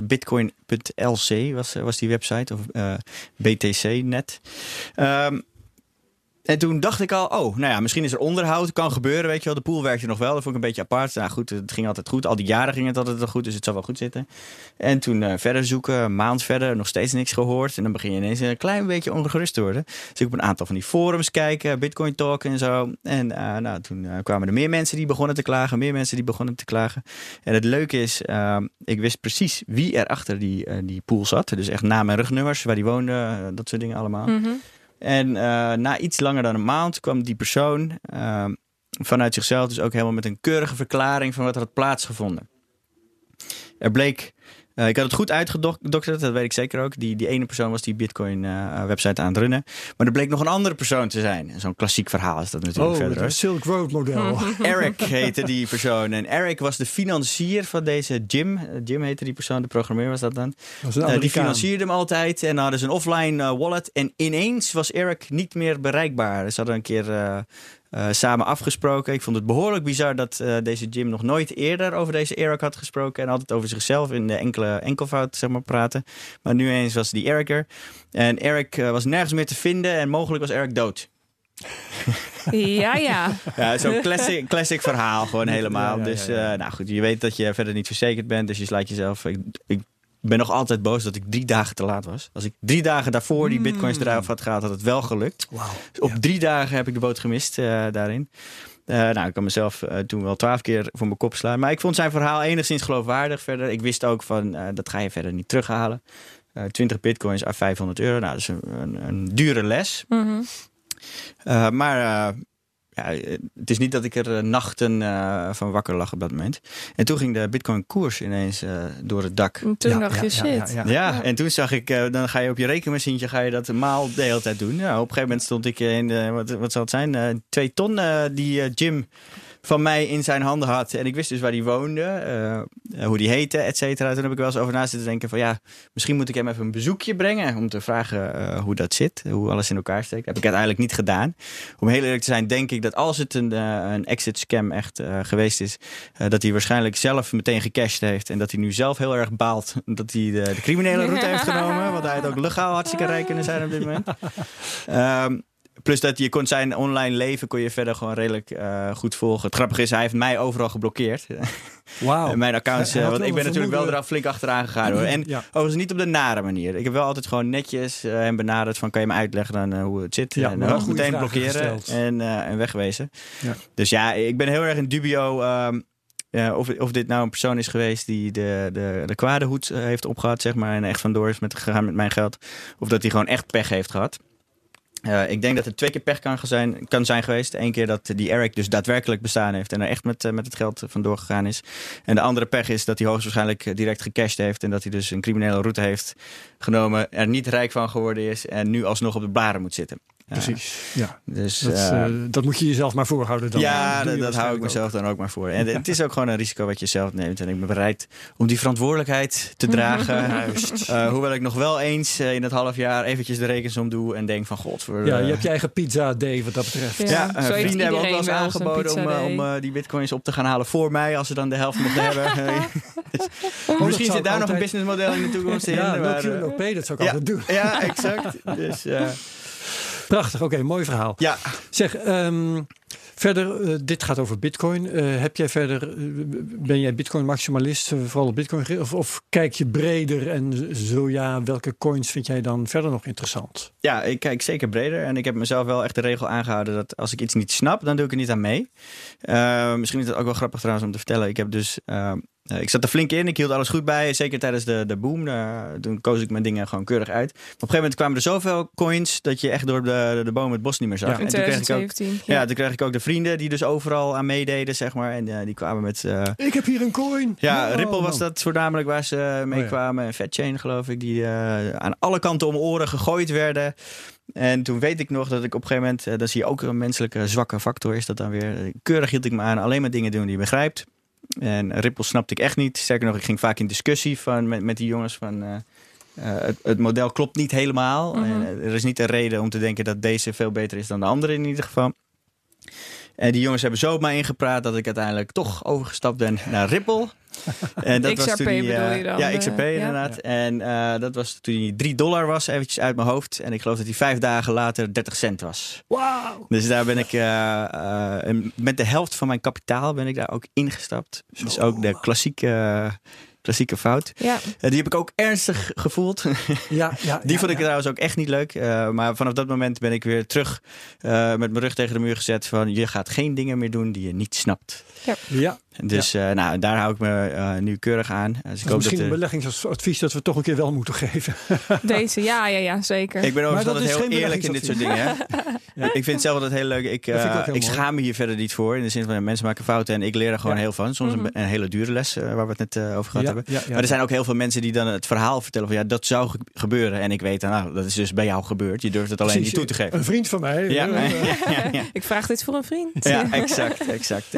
Bitcoin.lc was die website. Of BTC net. En toen dacht ik al, misschien is er onderhoud. Kan gebeuren, weet je wel. De pool werkte nog wel. Dat vond ik een beetje apart. Nou goed, het ging altijd goed. Al die jaren ging het altijd wel goed. Dus het zou wel goed zitten. En toen verder zoeken. Een maand verder. Nog steeds niks gehoord. En dan begin je ineens een klein beetje ongerust te worden. Dus ik op een aantal van die forums kijken. Bitcoin Talk en zo. En toen kwamen er meer mensen die begonnen te klagen. Meer mensen die begonnen te klagen. En het leuke is, ik wist precies wie er achter die pool zat. Dus echt naam en rugnummers. Waar die woonde. Dat soort dingen allemaal. Mm-hmm. En na iets langer dan een maand kwam die persoon vanuit zichzelf dus ook helemaal met een keurige verklaring van wat er had plaatsgevonden. Er bleek, ik had het goed uitgedokterd, dat weet ik zeker ook. Die ene persoon was die Bitcoin website aan het runnen. Maar er bleek nog een andere persoon te zijn. Zo'n klassiek verhaal is dat natuurlijk verder. Het Silk Road model. Eric heette die persoon. En Eric was de financier van deze Jim. Jim heette die persoon, de programmeur was dat dan. Die financierde hem altijd. En hadden ze een offline wallet. En ineens was Eric niet meer bereikbaar. Ze hadden een keer samen afgesproken. Ik vond het behoorlijk bizar dat deze Jim nog nooit eerder over deze Eric had gesproken. En altijd over zichzelf in de enkelvoud zeg maar, praten. Maar nu eens was die Eric er. En Eric was nergens meer te vinden. En mogelijk was Eric dood. Ja, zo'n classic verhaal gewoon helemaal. Ja. Dus nou goed, je weet dat je verder niet verzekerd bent. Dus je slaat jezelf. Ik ben nog altijd boos dat ik 3 dagen te laat was. Als ik 3 dagen daarvoor die bitcoins eruit had gehaald, had het wel gelukt. Wow. Dus op 3 dagen heb ik de boot gemist daarin. Ik kan mezelf toen wel 12 keer voor mijn kop slaan. Maar ik vond zijn verhaal enigszins geloofwaardig verder. Ik wist ook van, dat ga je verder niet terughalen. 20 bitcoins à €500. Nou, dat is een dure les. Mm-hmm. Het is niet dat ik er nachten van wakker lag op dat moment. En toen ging de Bitcoin koers ineens door het dak. En toen dacht je shit. Ja, en toen zag ik, dan ga je op je rekenmachientje ga je dat maal de hele tijd doen. Ja, op een gegeven moment stond ik in, wat zal het zijn, 2 ton die Jim van mij in zijn handen had. En ik wist dus waar die woonde, hoe die heette, et cetera. Toen heb ik wel eens over na zitten denken van misschien moet ik hem even een bezoekje brengen om te vragen hoe dat zit, hoe alles in elkaar steekt. Dat heb ik uiteindelijk niet gedaan. Om heel eerlijk te zijn denk ik dat als het een exit scam echt geweest is, dat hij waarschijnlijk zelf meteen gecashed heeft en dat hij nu zelf heel erg baalt dat hij de criminele route heeft genomen. Want hij had ook legaal hartstikke rijk kunnen zijn op dit moment. Plus dat je kon zijn online leven kon je verder gewoon redelijk goed volgen. Het grappige is, hij heeft mij overal geblokkeerd. Wauw. Mijn accounts, want ik ben natuurlijk wel eraf flink achteraan gegaan hoor. En overigens niet op de nare manier. Ik heb wel altijd gewoon netjes hem benaderd van kan je me uitleggen dan hoe het zit. Ja, en meteen blokkeren en wegwezen. Ja. Dus ik ben heel erg in dubio of dit nou een persoon is geweest die de kwade hoed heeft opgehad zeg maar en echt vandoor is gegaan met mijn geld. Of dat hij gewoon echt pech heeft gehad. Ik denk dat er 2 keer pech kan zijn geweest. 1 keer dat die Eric dus daadwerkelijk bestaan heeft en er echt met het geld vandoor gegaan is. En de andere pech is dat hij hoogstwaarschijnlijk direct gecashed heeft en dat hij dus een criminele route heeft genomen, er niet rijk van geworden is en nu alsnog op de blaren moet zitten. Precies, ja. Dus, dat moet je jezelf maar voorhouden dan. Ja, dat hou ik mezelf dan ook maar voor. En het is ook gewoon een risico wat je zelf neemt. En ik ben bereid om die verantwoordelijkheid te dragen. Hoewel ik nog wel eens in het half jaar eventjes de rekensom doe en denk van god. Je hebt je eigen pizza day wat dat betreft. Vrienden hebben ook wel eens aangeboden om die bitcoins op te gaan halen voor mij. Als ze dan de helft mochten hebben. Misschien zit daar nog een businessmodel in de toekomst in. Ja, dat zou ik altijd doen. Ja, exact. Dus prachtig, oké, mooi verhaal. Ja. Zeg, verder, dit gaat over Bitcoin. Ben jij Bitcoin maximalist, vooral op Bitcoin? Of kijk je breder en zo ja, welke coins vind jij dan verder nog interessant? Ja, ik kijk zeker breder. En ik heb mezelf wel echt de regel aangehouden dat als ik iets niet snap, dan doe ik er niet aan mee. Misschien is het ook wel grappig trouwens om te vertellen. Ik heb dus ik zat er flink in. Ik hield alles goed bij. Zeker tijdens de boom. Toen koos ik mijn dingen gewoon keurig uit. Maar op een gegeven moment kwamen er zoveel coins dat je echt door de boom het bos niet meer zag. Ja, in 2017. Toen kreeg ik ook de vrienden die dus overal aan meededen, zeg maar. En die kwamen met ik heb hier een coin. Ja, Ripple was dat voornamelijk waar ze mee kwamen. En Fedchain geloof ik. Die aan alle kanten om oren gegooid werden. En toen weet ik nog dat ik op een gegeven moment, dan zie je ook een menselijke zwakke factor is dat dan weer. Keurig hield ik me aan alleen maar dingen doen die je begrijpt. En Ripple snapte ik echt niet. Sterker nog, ik ging vaak in discussie met die jongens van het model klopt niet helemaal. Mm-hmm. En er is niet een reden om te denken dat deze veel beter is dan de andere in ieder geval. En die jongens hebben zo op mij ingepraat dat ik uiteindelijk toch overgestapt ben naar Ripple. En dat XRP was toen bedoel je dan? Ja, XRP inderdaad. Ja. En dat was toen hij $3 was, eventjes uit mijn hoofd. En ik geloof dat hij 5 dagen later 30 cent was. Wauw! Dus daar ben ik met de helft van mijn kapitaal ben ik daar ook ingestapt. Zo. Dus ook de klassieke fout. Ja. Die heb ik ook ernstig gevoeld. Die vond ik trouwens ook echt niet leuk. Maar vanaf dat moment ben ik weer terug met mijn rug tegen de muur gezet. Van je gaat geen dingen meer doen die je niet snapt. Ja. Dus daar hou ik me nu keurig aan. Dus ik hoop misschien een beleggingsadvies dat we toch een keer wel moeten geven. Deze, ja, zeker. Ik ben overigens altijd heel eerlijk in dit soort dingen. Hè? Ik vind het zelf altijd heel leuk. Ik schaam me hier verder niet voor. In de zin van mensen maken fouten en ik leer er gewoon heel van. Soms een hele dure les waar we het net over gehad hebben. Maar er zijn ook heel veel mensen die dan het verhaal vertellen van dat zou gebeuren. En ik weet dan, dat is dus bij jou gebeurd. Je durft het alleen niet toe te geven. Een vriend van mij. Ik vraag dit voor een vriend. Ja, exact.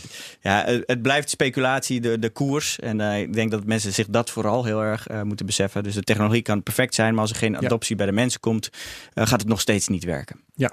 Het blijft speculatie, de koers. En ik denk dat mensen zich dat vooral heel erg moeten beseffen. Dus de technologie kan perfect zijn, maar als er geen adoptie bij de mensen komt, gaat het nog steeds niet werken. Ja.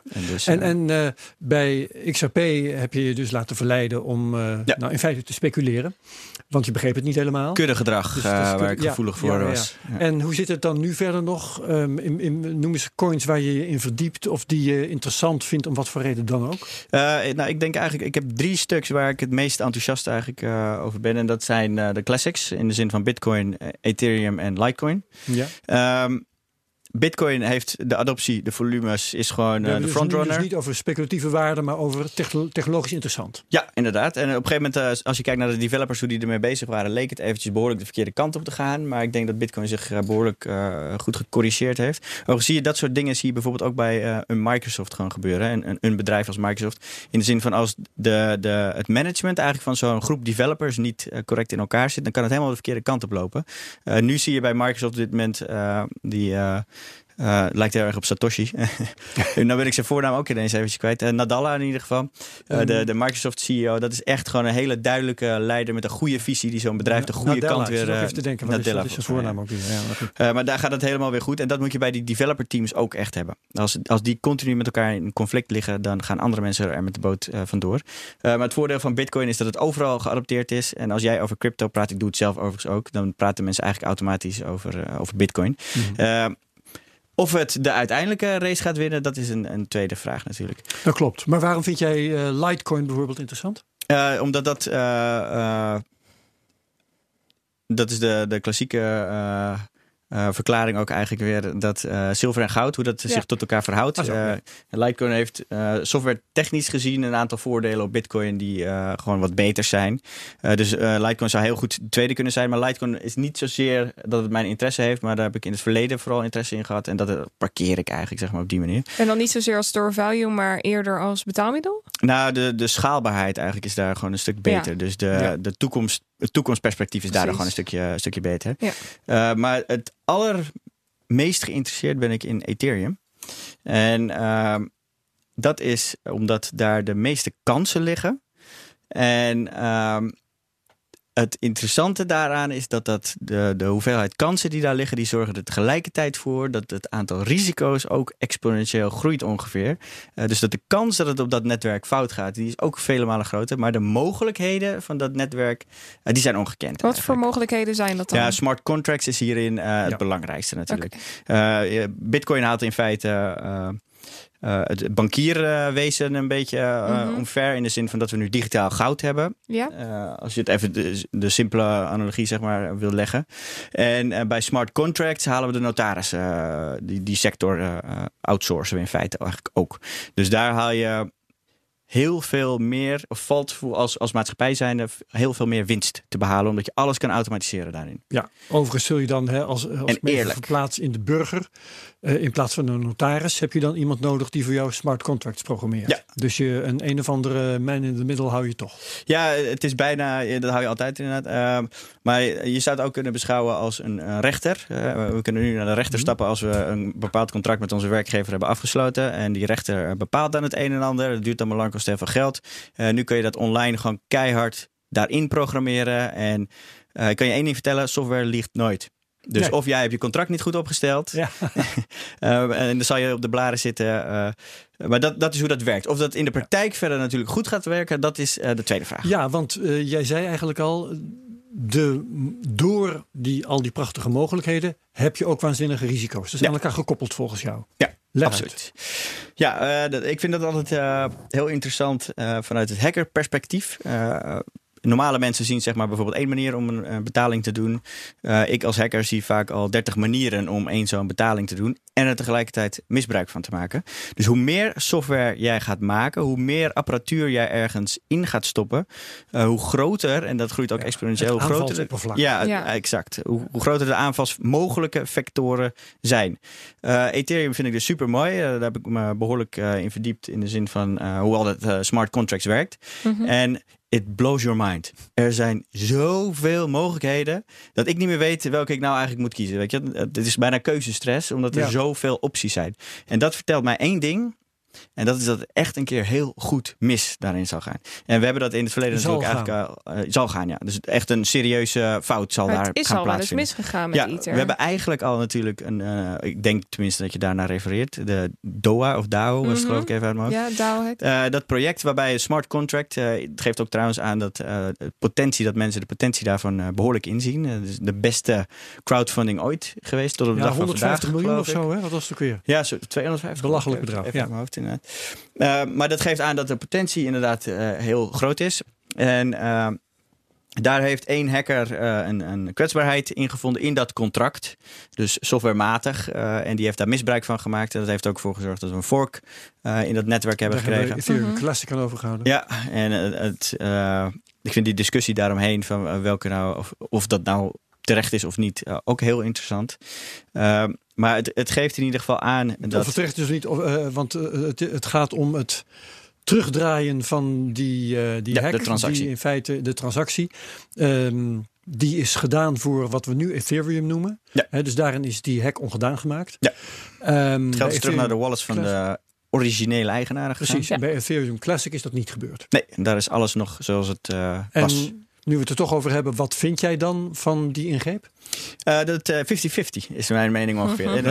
En bij XRP heb je je dus laten verleiden om in feite te speculeren. Want je begreep het niet helemaal. Kuddegedrag, dus waar ik gevoelig voor was. Ja. En hoe zit het dan nu verder nog? Noem eens coins waar je je in verdiept of die je interessant vindt, om wat voor reden dan ook? Ik denk eigenlijk, ik heb 3 stuks waar ik het meest enthousiast eigenlijk over ben. En dat zijn de classics, in de zin van Bitcoin, Ethereum en Litecoin. Ja. Bitcoin heeft de adoptie, de volumes, is gewoon de frontrunner. Dus niet over speculatieve waarde, maar over technologisch interessant. Ja, inderdaad. En op een gegeven moment, als je kijkt naar de developers, hoe die ermee bezig waren, leek het eventjes behoorlijk de verkeerde kant op te gaan. Maar ik denk dat Bitcoin zich behoorlijk goed gecorrigeerd heeft. Ook zie je dat soort dingen, zie je bijvoorbeeld ook bij een Microsoft gewoon gebeuren. En een bedrijf als Microsoft. In de zin van als het management eigenlijk van zo'n groep developers niet correct in elkaar zit, dan kan het helemaal de verkeerde kant op lopen. Nu zie je bij Microsoft op dit moment lijkt heel erg op Satoshi. Nou ben ik zijn voornaam ook ineens eventjes kwijt. Nadella in ieder geval. De Microsoft CEO. Dat is echt gewoon een hele duidelijke leider met een goede visie die zo'n bedrijf de goede Nadella, kant weer... even te denken, wat is zijn voornaam ook weer. Maar daar gaat het helemaal weer goed. En dat moet je bij die developer teams ook echt hebben. Als die continu met elkaar in conflict liggen, dan gaan andere mensen er met de boot vandoor. Maar het voordeel van Bitcoin is dat het overal geadopteerd is. En als jij over crypto praat, ik doe het zelf overigens ook, dan praten mensen eigenlijk automatisch over Bitcoin. Of het de uiteindelijke race gaat winnen, dat is een tweede vraag natuurlijk. Dat klopt. Maar waarom vind jij Litecoin bijvoorbeeld interessant? Omdat dat is de klassieke verklaring ook eigenlijk weer dat zilver en goud, hoe dat zich tot elkaar verhoudt. Litecoin heeft software technisch gezien een aantal voordelen op Bitcoin die gewoon wat beter zijn. Dus Litecoin zou heel goed de tweede kunnen zijn, maar Litecoin is niet zozeer dat het mijn interesse heeft, maar daar heb ik in het verleden vooral interesse in gehad en dat parkeer ik eigenlijk zeg maar op die manier. En dan niet zozeer als store value, maar eerder als betaalmiddel? Nou, de schaalbaarheid eigenlijk is daar gewoon een stuk beter. Ja. Dus de het toekomstperspectief is daar gewoon een stukje beter. Ja. Maar het allermeest geïnteresseerd ben ik in Ethereum. En dat is omdat daar de meeste kansen liggen. En het interessante daaraan is dat de hoeveelheid kansen die daar liggen, die zorgen er tegelijkertijd voor dat het aantal risico's ook exponentieel groeit ongeveer. Dus dat de kans dat het op dat netwerk fout gaat, die is ook vele malen groter. Maar de mogelijkheden van dat netwerk, die zijn ongekend. Wat voor mogelijkheden zijn dat dan? Ja, smart contracts is hierin het belangrijkste natuurlijk. Okay. Bitcoin haalt in feite het bankierwezen een beetje omver. In de zin van dat we nu digitaal goud hebben. Ja. Als je het even de simpele analogie zeg maar wil leggen. En bij smart contracts halen we de notarissen. Die sector outsourcen we in feite eigenlijk ook. Dus daar haal je heel veel meer, of valt als maatschappij zijnde heel veel meer winst te behalen, omdat je alles kan automatiseren daarin. Ja, overigens zul je dan als verplaatst in de burger, in plaats van een notaris, heb je dan iemand nodig die voor jou smart contracts programmeert. Ja. Dus een of andere man in de middel hou je toch. Ja, het is bijna, dat hou je altijd inderdaad. Maar je zou het ook kunnen beschouwen als een rechter. We kunnen nu naar de rechter stappen als we een bepaald contract met onze werkgever hebben afgesloten. En die rechter bepaalt dan het een en ander. Dat duurt allemaal lang, kost heel veel geld. Nu kun je dat online gewoon keihard daarin programmeren. En ik kan je één ding vertellen, software liegt nooit. Dus of jij hebt je contract niet goed opgesteld. Ja. En dan zal je op de blaren zitten. Maar dat is hoe dat werkt. Of dat in de praktijk verder natuurlijk goed gaat werken, dat is de tweede vraag. Ja, want jij zei eigenlijk al, door al die prachtige mogelijkheden heb je ook waanzinnige risico's. Dat is aan elkaar gekoppeld volgens jou. Ja, Leg absoluut. Uit. Ja, ik vind dat altijd heel interessant vanuit het hackerperspectief. Normale mensen zien zeg maar bijvoorbeeld 1 manier om een betaling te doen. Ik als hacker zie vaak al 30 manieren om één zo'n betaling te doen. En er tegelijkertijd misbruik van te maken. Dus hoe meer software jij gaat maken, hoe meer apparatuur jij ergens in gaat stoppen, hoe groter, en dat groeit ook exponentieel, hoe groter. Ja, exact. Hoe groter de aanvalsmogelijke vectoren zijn. Ethereum vind ik dus super mooi. Daar heb ik me behoorlijk in verdiept in de zin van hoe al dat smart contracts werkt. Mm-hmm. En it blows your mind. Er zijn zoveel mogelijkheden dat ik niet meer weet welke ik nou eigenlijk moet kiezen. Weet je? Het is bijna keuzestress, omdat er zoveel opties zijn. En dat vertelt mij 1 ding. En dat is dat het echt een keer heel goed mis daarin zal gaan. En we hebben dat in het verleden zal gaan, ja. Dus echt een serieuze fout zal daar gaan plaatsvinden. Het is al wel eens misgegaan met Ether. We hebben eigenlijk al natuurlijk ik denk tenminste dat je daarnaar refereert. De DOA of DAO was het geloof ik even uit mijn hoofd. Ja, DAO. Dat project waarbij een smart contract, het geeft ook trouwens aan dat de potentie daarvan behoorlijk inzien. Dus de beste crowdfunding ooit geweest tot op de dag van vandaag. 150 miljoen of zo, hè? Wat was het ook weer? Ja, 250. Belachelijk bedrag. Ja. Hoofd, maar dat geeft aan dat de potentie inderdaad heel groot is. En daar heeft 1 hacker een kwetsbaarheid ingevonden in dat contract. Dus softwarematig. En die heeft daar misbruik van gemaakt. En dat heeft ook voor gezorgd dat we een fork in dat netwerk hebben gekregen. Daar hebben we Ethereum Classic aan overgehouden. Ja, en ik vind die discussie daaromheen van welke nou, of dat nou terecht is of niet, ook heel interessant. Maar het geeft in ieder geval aan dat... Of het terecht is niet, want het gaat om het terugdraaien van die hack. De transactie. Die in feite de transactie. Die is gedaan voor wat we nu Ethereum noemen. Ja. Dus daarin is die hack ongedaan gemaakt. Ja. Het geld is terug naar de wallets van de originele eigenaren gegaan. Precies, en bij Ethereum Classic is dat niet gebeurd. Nee, en daar is alles nog zoals het was. Nu we het er toch over hebben, wat vind jij dan van die ingreep? Dat 50-50 is mijn mening ongeveer.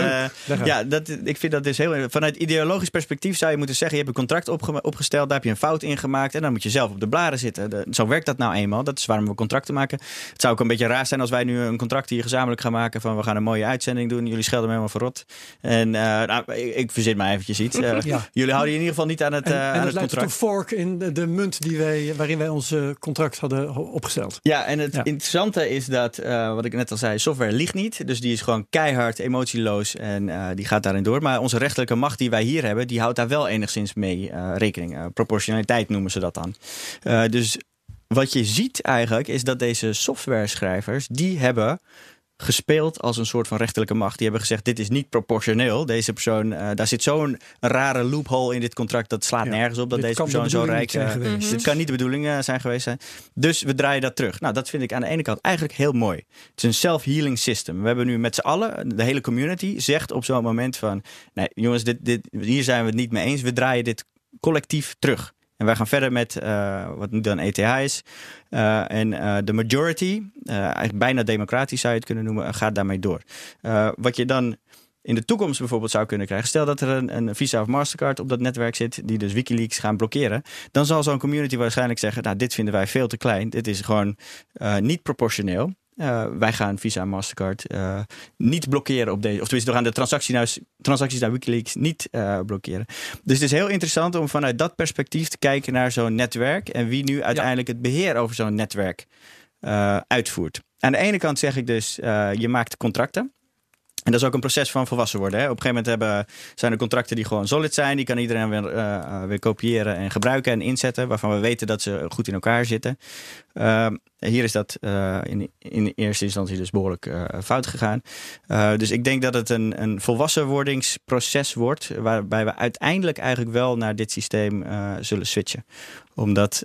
Ik vind dat dus heel... Vanuit ideologisch perspectief zou je moeten zeggen, je hebt een contract opgesteld, daar heb je een fout in gemaakt en dan moet je zelf op de blaren zitten. Zo werkt dat nou eenmaal. Dat is waarom we contracten maken. Het zou ook een beetje raar zijn als wij nu een contract hier gezamenlijk gaan maken van we gaan een mooie uitzending doen. Jullie schelden me helemaal verrot. En ik verzin maar eventjes iets. Jullie houden in ieder geval niet aan het contract. En het lijkt op een fork in de munt waarin wij ons contract hadden opgesteld. Ja, en het interessante is dat, wat ik net al zei, software liegt niet. Dus die is gewoon keihard emotieloos en die gaat daarin door. Maar onze rechterlijke macht die wij hier hebben, die houdt daar wel enigszins mee rekening. Proportionaliteit noemen ze dat dan. Dus wat je ziet eigenlijk is dat deze software schrijvers, die hebben gespeeld als een soort van rechterlijke macht. Die hebben gezegd, dit is niet proportioneel. Deze persoon, daar zit zo'n rare loophole in dit contract. Dat slaat nergens op dat deze persoon zo rijk is. Dit kan niet de bedoeling zijn geweest zijn. Dus we draaien dat terug. Nou, dat vind ik aan de ene kant eigenlijk heel mooi. Het is een self-healing system. We hebben nu met z'n allen, de hele community zegt op zo'n moment van, nee jongens, hier zijn we het niet mee eens. We draaien dit collectief terug. En wij gaan verder met wat nu dan ETH is. En de majority, eigenlijk bijna democratisch zou je het kunnen noemen, gaat daarmee door. Wat je dan in de toekomst bijvoorbeeld zou kunnen krijgen. Stel dat er een Visa of Mastercard op dat netwerk zit die dus WikiLeaks gaan blokkeren. Dan zal zo'n community waarschijnlijk zeggen, nou, dit vinden wij veel te klein. Dit is gewoon niet proportioneel. Wij gaan Visa en Mastercard niet blokkeren op deze. Of tenminste, we gaan de transacties naar WikiLeaks niet blokkeren. Dus het is heel interessant om vanuit dat perspectief te kijken naar zo'n netwerk. En wie nu uiteindelijk het beheer over zo'n netwerk uitvoert. Aan de ene kant zeg ik dus, je maakt contracten. En dat is ook een proces van volwassen worden. Hè. Op een gegeven moment zijn er contracten die gewoon solid zijn. Die kan iedereen weer kopiëren en gebruiken en inzetten. Waarvan we weten dat ze goed in elkaar zitten. Hier is dat in eerste instantie dus behoorlijk fout gegaan. Dus ik denk dat het een volwassen wordingsproces wordt. Waarbij we uiteindelijk eigenlijk wel naar dit systeem zullen switchen. Omdat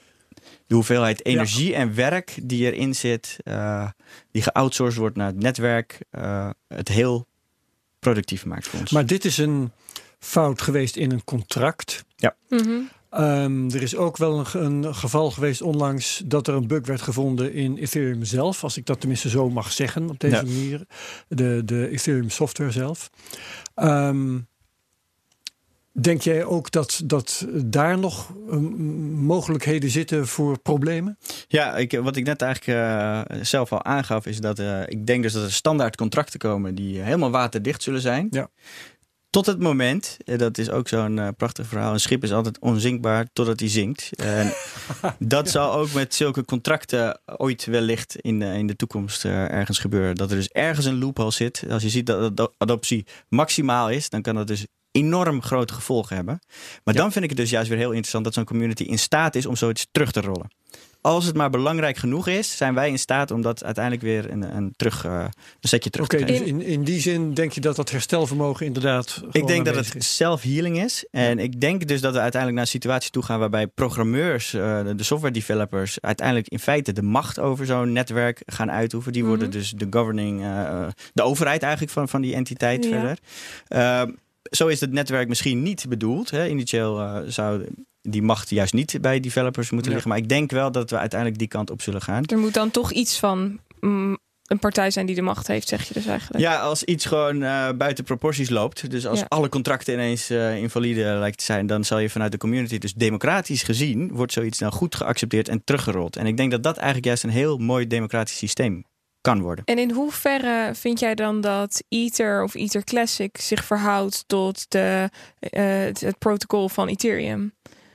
de hoeveelheid energie en werk die erin zit, die geoutsourced wordt naar het netwerk, het heel productief maakt voor ons. Maar dit is een fout geweest in een contract. Ja. Mm-hmm. Er is ook wel een geval geweest onlangs dat er een bug werd gevonden in Ethereum zelf. Als ik dat tenminste zo mag zeggen op deze manier. De Ethereum software zelf. Denk jij ook dat daar nog mogelijkheden zitten voor problemen? Ja, wat ik net eigenlijk zelf al aangaf, is dat ik denk dus dat er standaard contracten komen die helemaal waterdicht zullen zijn. Ja. Tot het moment, dat is ook zo'n prachtig verhaal, een schip is altijd onzinkbaar totdat hij zinkt. En dat zal ook met zulke contracten ooit wellicht in de toekomst ergens gebeuren. Dat er dus ergens een loophole zit. Als je ziet dat de adoptie maximaal is, dan kan dat dus enorm grote gevolgen hebben. Maar dan vind ik het dus juist weer heel interessant dat zo'n community in staat is om zoiets terug te rollen. Als het maar belangrijk genoeg is, zijn wij in staat om dat uiteindelijk weer een setje terug te krijgen. Dus in die zin denk je dat dat herstelvermogen inderdaad. Ik denk dat het self-healing is. En ik denk dus dat we uiteindelijk naar een situatie toe gaan waarbij programmeurs, de software developers, uiteindelijk in feite de macht over zo'n netwerk gaan uitoefenen. Die worden dus de governing, de overheid eigenlijk van die entiteit verder. Zo is het netwerk misschien niet bedoeld. Hè. Initieel zou die macht juist niet bij developers moeten liggen. Maar ik denk wel dat we uiteindelijk die kant op zullen gaan. Er moet dan toch iets van een partij zijn die de macht heeft, zeg je dus eigenlijk. Ja, als iets gewoon buiten proporties loopt. Dus als alle contracten ineens invalide lijkt te zijn, dan zal je vanuit de community, dus democratisch gezien, wordt zoiets dan goed geaccepteerd en teruggerold. En ik denk dat dat eigenlijk juist een heel mooi democratisch systeem kan worden. En in hoeverre vind jij dan dat Ether of Ether Classic zich verhoudt tot het protocol van Ethereum?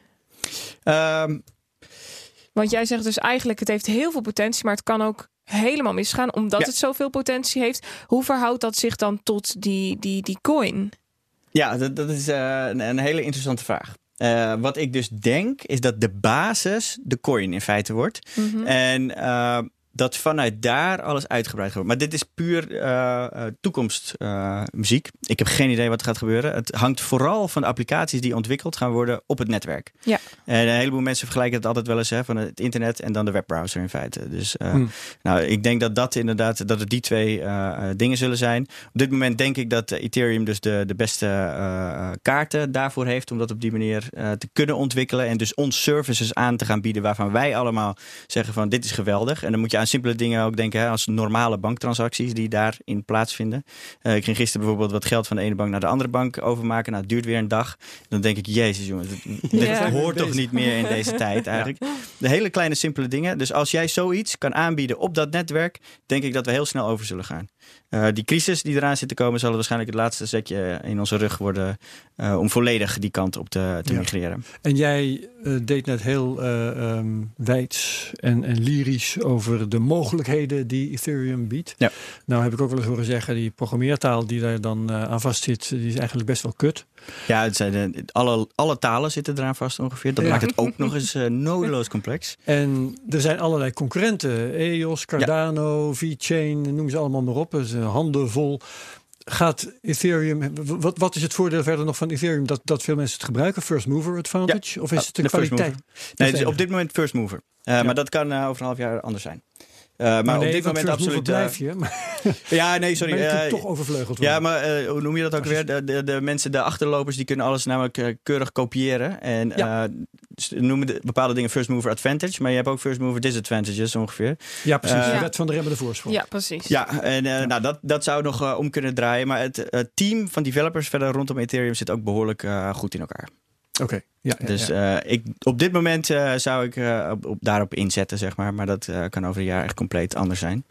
Want jij zegt dus eigenlijk, het heeft heel veel potentie, maar het kan ook helemaal misgaan, omdat het zoveel potentie heeft. Hoe verhoudt dat zich dan tot die coin? Ja, dat is een hele interessante vraag. Wat ik dus denk, is dat de basis de coin in feite wordt. Mm-hmm. En dat vanuit daar alles uitgebreid wordt. Maar dit is puur toekomstmuziek. Ik heb geen idee wat er gaat gebeuren. Het hangt vooral van de applicaties die ontwikkeld gaan worden op het netwerk. Ja. En een heleboel mensen vergelijken het altijd wel eens van het internet en dan de webbrowser in feite. Dus nou, ik denk dat het die twee dingen zullen zijn. Op dit moment denk ik dat Ethereum dus de beste kaarten daarvoor heeft om dat op die manier te kunnen ontwikkelen en dus ons services aan te gaan bieden waarvan wij allemaal zeggen van dit is geweldig. En dan moet je aan simpele dingen ook denken, als normale banktransacties die daarin plaatsvinden. Ik ging gisteren bijvoorbeeld wat geld van de ene bank naar de andere bank overmaken. Nou, het duurt weer een dag. Dan denk ik, jezus jongens, dit hoort toch niet meer in deze tijd eigenlijk. Ja. De hele kleine simpele dingen. Dus als jij zoiets kan aanbieden op dat netwerk, denk ik dat we heel snel over zullen gaan. Die crisis die eraan zit te komen, zal waarschijnlijk het laatste zetje in onze rug worden om volledig die kant op te migreren. En jij deed net heel wijds en lyrisch over de mogelijkheden die Ethereum biedt. Ja. Nou heb ik ook wel eens horen zeggen, die programmeertaal die daar dan aan vast zit, die is eigenlijk best wel kut. Ja, het zijn alle talen zitten eraan vast ongeveer. Dat maakt het ook nog eens nodeloos complex. En er zijn allerlei concurrenten. EOS, Cardano, VeChain, noem ze allemaal maar op. Dus handen vol. Gaat Ethereum... Wat is het voordeel verder nog van Ethereum dat veel mensen het gebruiken? First mover advantage? Of is het de kwaliteit? Nee, het is op dit moment first mover. Maar dat kan over een half jaar anders zijn. Maar op dit moment absoluut blijf je. Ja, nee, sorry. Maar toch overvleugeld worden. Ja, maar hoe noem je dat ook weer? De mensen, de achterlopers, die kunnen alles namelijk keurig kopiëren. En noemen bepaalde dingen first mover advantage. Maar je hebt ook first mover disadvantages ongeveer. Ja, precies. De wet van de remmende voorsprong. Ja, precies. Ja, en nou, dat zou nog om kunnen draaien. Maar het team van developers verder rondom Ethereum zit ook behoorlijk goed in elkaar. Oké. Ja, dus op dit moment zou ik daarop inzetten, zeg maar. Maar dat kan over een jaar echt compleet anders zijn.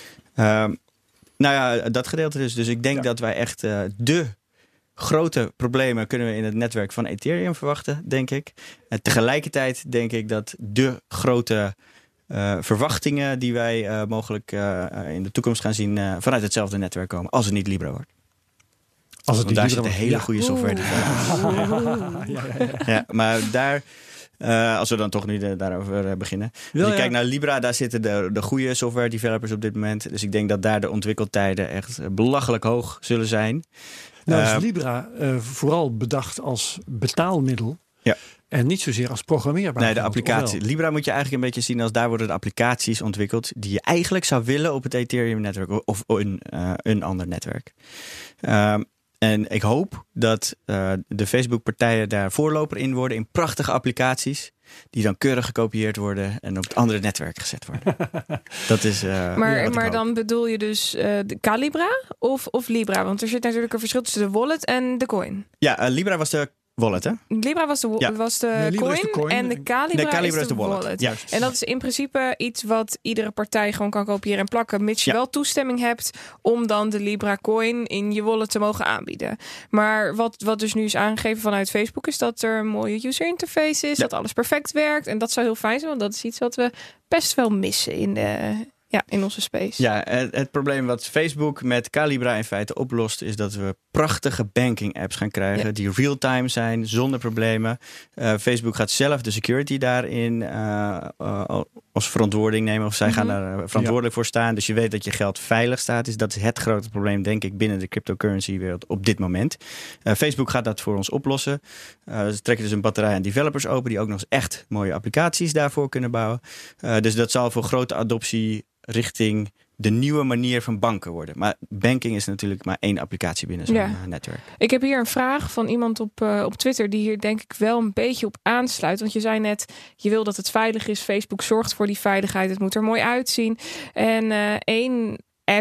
Nou ja, dat gedeelte dus. Dus ik denk dat wij echt de grote problemen kunnen we in het netwerk van Ethereum verwachten, denk ik. Tegelijkertijd denk ik dat de grote verwachtingen die wij mogelijk in de toekomst gaan zien vanuit hetzelfde netwerk komen, als het niet Libra wordt. Want daar zit een hele goede software. Ja, maar daar, als we dan toch nu daarover beginnen. Als je kijkt naar Libra, daar zitten de goede software developers op dit moment. Dus ik denk dat daar de ontwikkeltijden echt belachelijk hoog zullen zijn. Nou is Libra vooral bedacht als betaalmiddel. Ja. En niet zozeer als programmeerbaar. Nee, de applicatie. Libra moet je eigenlijk een beetje zien als daar worden de applicaties ontwikkeld die je eigenlijk zou willen op het Ethereum-netwerk of een ander netwerk. En ik hoop dat de Facebook-partijen daar voorloper in worden in prachtige applicaties die dan keurig gekopieerd worden en op het andere netwerk gezet worden. Dat is. Maar dan bedoel je dus de Calibra of Libra? Want er zit natuurlijk een verschil tussen de wallet en de coin. Ja, Libra was de wallet, hè? Libra was de Libra is de coin en de Calibra is de wallet. Juist. En dat is in principe iets wat iedere partij gewoon kan kopiëren en plakken, mits je wel toestemming hebt om dan de Libra coin in je wallet te mogen aanbieden. Maar wat dus nu is aangegeven vanuit Facebook is dat er een mooie user interface is, dat alles perfect werkt. En dat zou heel fijn zijn, want dat is iets wat we best wel missen in onze space. Ja, het probleem wat Facebook met Calibra in feite oplost, is dat we prachtige banking apps gaan krijgen die real-time zijn, zonder problemen. Facebook gaat zelf de security daarin als verantwoording nemen. Of zij gaan daar verantwoordelijk voor staan. Dus je weet dat je geld veilig staat. Dus dat is het grote probleem, denk ik, binnen de cryptocurrency wereld op dit moment. Facebook gaat dat voor ons oplossen. Ze trekken dus een batterij aan developers open die ook nog eens echt mooie applicaties daarvoor kunnen bouwen. Dus dat zal voor grote adoptie richting de nieuwe manier van banken worden. Maar banking is natuurlijk maar één applicatie binnen zo'n netwerk. Ik heb hier een vraag van iemand op Twitter die hier denk ik wel een beetje op aansluit. Want je zei net, je wil dat het veilig is. Facebook zorgt voor die veiligheid. Het moet er mooi uitzien. En één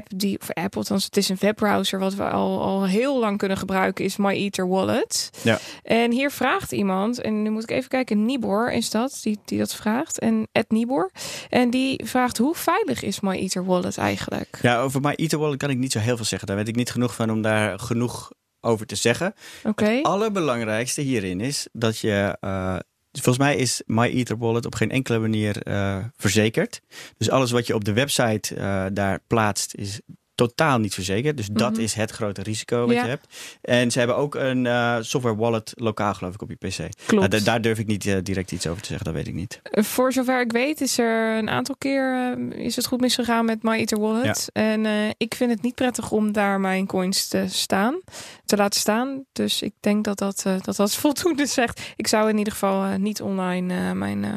app, althans het is een webbrowser wat we al heel lang kunnen gebruiken, is MyEther Wallet. Ja. En hier vraagt iemand, en nu moet ik even kijken, Nibor is dat, die dat vraagt. En @Nibor. En die vraagt, hoe veilig is MyEther Wallet eigenlijk? Ja, over MyEther Wallet kan ik niet zo heel veel zeggen. Daar weet ik niet genoeg van om daar genoeg over te zeggen. Okay. Het allerbelangrijkste hierin is dat je volgens mij is MyEther Wallet op geen enkele manier verzekerd. Dus alles wat je op de website daar plaatst is totaal niet verzekerd. Dus dat is het grote risico wat je hebt. En ze hebben ook een software wallet lokaal, geloof ik, op je PC. Klopt. Nou, daar durf ik niet direct iets over te zeggen. Dat weet ik niet. Voor zover ik weet is er een aantal keer is het goed misgegaan met MyEther Wallet. Ja. En ik vind het niet prettig om daar mijn coins te laten staan. Dus ik denk dat voldoende zegt. Ik zou in ieder geval niet online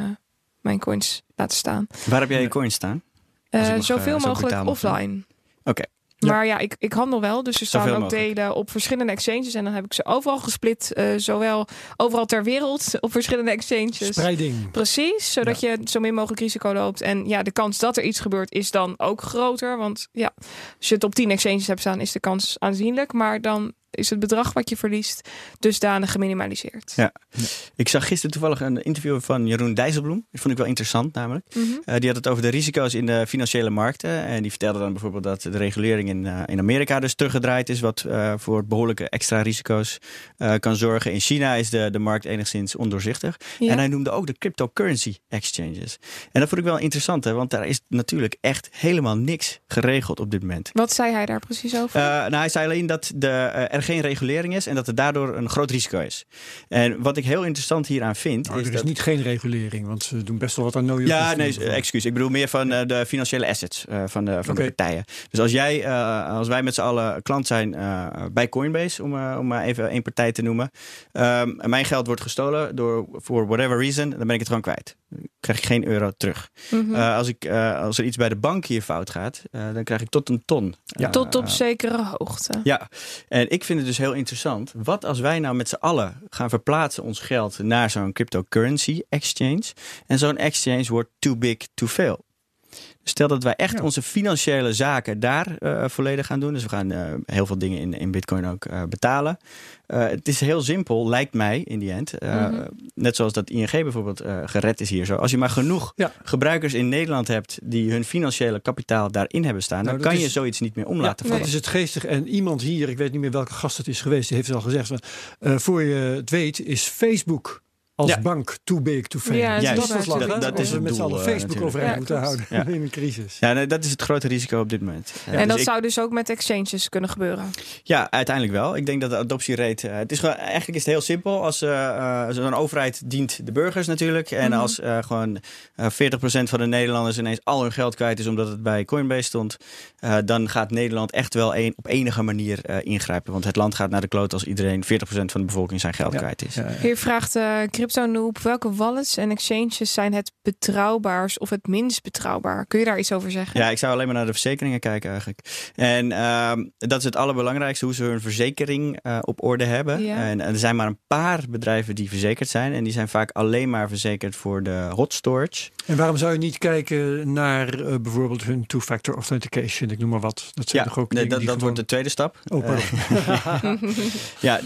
mijn coins laten staan. Waar heb jij je coins staan? Zoveel mogelijk offline. Oké. Maar ja, ik handel wel. Dus er staan ook delen op verschillende exchanges. En dan heb ik ze overal gesplit. Zowel overal ter wereld op verschillende exchanges. Spreiding. Precies, zodat je zo min mogelijk risico loopt. En ja, de kans dat er iets gebeurt is dan ook groter. Want ja, als je het op 10 exchanges hebt staan, is de kans aanzienlijk. Maar dan is het bedrag wat je verliest dusdanig geminimaliseerd. Ja. Ik zag gisteren toevallig een interview van Jeroen Dijsselbloem. Dat vond ik wel interessant namelijk. Die had het over de risico's in de financiële markten. En die vertelde dan bijvoorbeeld dat de regulering in Amerika dus teruggedraaid is. Wat voor behoorlijke extra risico's kan zorgen. In China is de markt enigszins ondoorzichtig. Ja. En hij noemde ook de cryptocurrency exchanges. En dat vond ik wel interessant. Want daar is natuurlijk echt helemaal niks geregeld op dit moment. Wat zei hij daar precies over? Hij zei alleen dat er geen regulering is en dat er daardoor een groot risico is. En wat ik heel interessant hieraan vind... Er is niet geen regulering, want ze doen best wel wat aan know your customer. Ja, nee, excuus. Ik bedoel meer van de financiële assets van de partijen. Dus als wij met z'n allen klant zijn bij Coinbase, om maar even één partij te noemen, mijn geld wordt gestolen voor whatever reason, dan ben ik het gewoon kwijt. Dan krijg ik geen euro terug. Als er iets bij de bank hier fout gaat, dan krijg ik tot een ton. Ja. Tot op zekere hoogte. Ja, en ik vind het dus heel interessant. Wat als wij nou met z'n allen gaan verplaatsen ons geld naar zo'n cryptocurrency exchange en zo'n exchange wordt too big to fail? Stel dat wij echt onze financiële zaken daar volledig gaan doen. Dus we gaan heel veel dingen in Bitcoin ook betalen. Het is heel simpel, lijkt mij in die end. Net zoals dat ING bijvoorbeeld gered is hier zo. Als je maar genoeg gebruikers in Nederland hebt die hun financiële kapitaal daarin hebben staan, dan kan je zoiets niet meer om laten vallen. Dat is het geestig. En iemand hier, ik weet niet meer welke gast het is geweest, die heeft het al gezegd. Voor je het weet is Facebook als bank too big to fail. Ja, dat is we met z'n allen Facebook overeind moeten houden in een crisis. Ja, dat is het grote risico op dit moment. En dat zou dus ook met exchanges kunnen gebeuren? Ja, uiteindelijk wel. Ik denk dat de adoptierate... eigenlijk is het heel simpel. Als zo'n overheid dient de burgers natuurlijk. En als gewoon 40% van de Nederlanders ineens al hun geld kwijt is omdat het bij Coinbase stond, dan gaat Nederland echt wel op enige manier ingrijpen. Want het land gaat naar de kloot als iedereen 40% van de bevolking zijn geld kwijt is. Hier vraagt CryptoNoob, welke wallets en exchanges zijn het betrouwbaarst of het minst betrouwbaar? Kun je daar iets over zeggen? Ja, ik zou alleen maar naar de verzekeringen kijken eigenlijk. En dat is het allerbelangrijkste, hoe ze hun verzekering op orde hebben. Ja. En er zijn maar een paar bedrijven die verzekerd zijn. En die zijn vaak alleen maar verzekerd voor de hot storage. En waarom zou je niet kijken naar bijvoorbeeld hun two-factor authentication? Ik noem maar wat. Dat zijn toch ook dat wordt de tweede stap. Oh, pardon. Ja,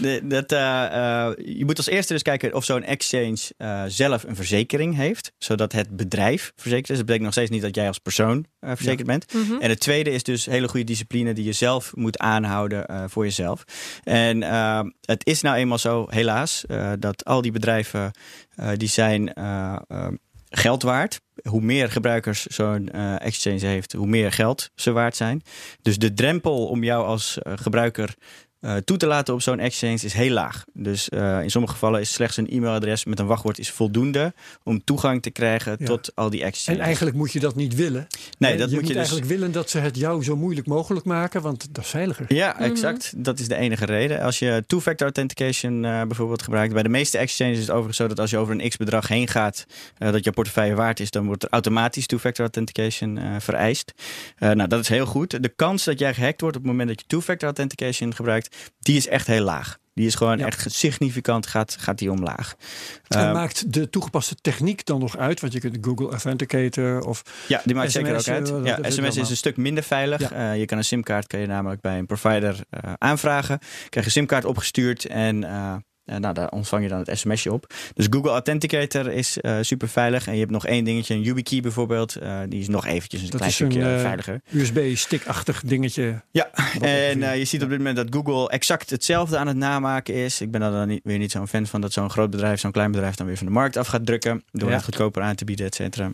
je moet als eerste dus kijken of zo'n exchange zelf een verzekering heeft. Zodat het bedrijf verzekerd is. Dat betekent nog steeds niet dat jij als persoon verzekerd bent. En het tweede is dus hele goede discipline die je zelf moet aanhouden voor jezelf. En het is nou eenmaal zo, helaas, dat al die bedrijven die zijn geld waard. Hoe meer gebruikers zo'n exchange heeft, hoe meer geld ze waard zijn. Dus de drempel om jou als gebruiker toe te laten op zo'n exchange is heel laag. Dus in sommige gevallen is slechts een e-mailadres met een wachtwoord is voldoende om toegang te krijgen tot al die exchanges. En eigenlijk moet je dat niet willen. Nee, dat je moet je dus eigenlijk willen dat ze het jou zo moeilijk mogelijk maken, want dat is veiliger. Ja, exact. Dat is de enige reden. Als je two-factor authentication bijvoorbeeld gebruikt, bij de meeste exchanges is het overigens zo dat als je over een x-bedrag heen gaat, dat je portefeuille waard is, dan wordt er automatisch two-factor authentication vereist. Nou, dat is heel goed. De kans dat jij gehackt wordt op het moment dat je two-factor authentication gebruikt, die is echt heel laag. Die is gewoon echt significant gaat die omlaag. En maakt de toegepaste techniek dan nog uit? Want je kunt Google Authenticator of ja, die maakt SMS, zeker ook uit. Ja, SMS is een stuk minder veilig. Ja. Je kan een simkaart kan je namelijk bij een provider aanvragen. Krijg je simkaart opgestuurd en daar ontvang je dan het sms'je op. Dus Google Authenticator is super veilig. En je hebt nog één dingetje, een YubiKey bijvoorbeeld. Die is nog eventjes een klein stukje veiliger. USB-stick-achtig dingetje. Ja, en je ziet op dit moment dat Google exact hetzelfde aan het namaken is. Ik ben daar dan weer niet zo'n fan van dat zo'n groot bedrijf, zo'n klein bedrijf dan weer van de markt af gaat drukken. Door het goedkoper aan te bieden, et cetera.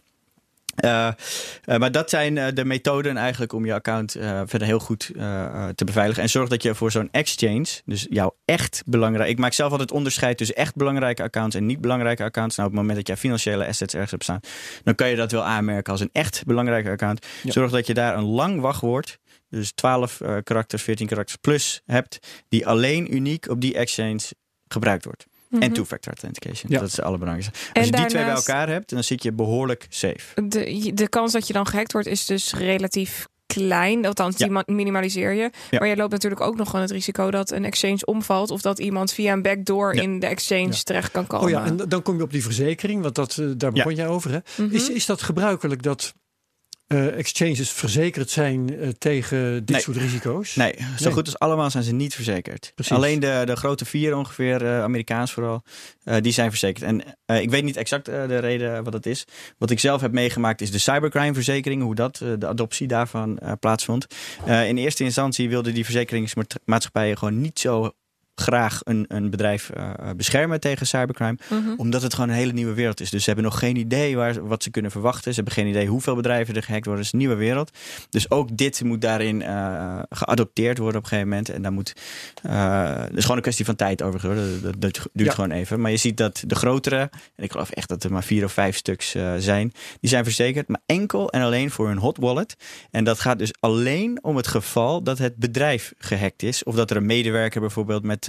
Maar dat zijn de methoden eigenlijk om je account verder heel goed te beveiligen. En zorg dat je voor zo'n exchange, dus jouw echt belangrijk. Ik maak zelf altijd onderscheid tussen echt belangrijke accounts en niet belangrijke accounts. Nou, op het moment dat jij financiële assets ergens hebt staan, dan kan je dat wel aanmerken als een echt belangrijke account. Ja. Zorg dat je daar een lang wachtwoord, dus 12 karakters, 14 karakters plus hebt, die alleen uniek op die exchange gebruikt wordt. En two-factor authentication. Ja. Dat is het allerbelangrijkste. Als je die twee bij elkaar hebt, dan zit je behoorlijk safe. De kans dat je dan gehackt wordt is dus relatief klein. Althans, die minimaliseer je. Ja. Maar je loopt natuurlijk ook nog gewoon het risico dat een exchange omvalt. Of dat iemand via een backdoor in de exchange terecht kan komen. Oh ja, en dan kom je op die verzekering. Want daar begon jij over. Hè? Is dat gebruikelijk dat exchanges verzekerd zijn tegen dit soort risico's? Nee, zo goed als allemaal zijn ze niet verzekerd. Precies. Alleen de grote 4 ongeveer, Amerikaans vooral, die zijn verzekerd. En ik weet niet exact de reden wat dat is. Wat ik zelf heb meegemaakt is de cybercrime verzekering, hoe dat, de adoptie daarvan plaatsvond. In eerste instantie wilden die verzekeringsmaatschappijen gewoon niet zo graag een bedrijf beschermen tegen cybercrime. Omdat het gewoon een hele nieuwe wereld is. Dus ze hebben nog geen idee wat ze kunnen verwachten. Ze hebben geen idee hoeveel bedrijven er gehackt worden. Het is een nieuwe wereld. Dus ook dit moet daarin geadopteerd worden op een gegeven moment. En dan moet het is gewoon een kwestie van tijd overigens. Dat duurt gewoon even. Maar je ziet dat de grotere, en ik geloof echt dat er maar 4 of 5 stuks zijn, die zijn verzekerd, maar enkel en alleen voor hun hot wallet. En dat gaat dus alleen om het geval dat het bedrijf gehackt is. Of dat er een medewerker bijvoorbeeld met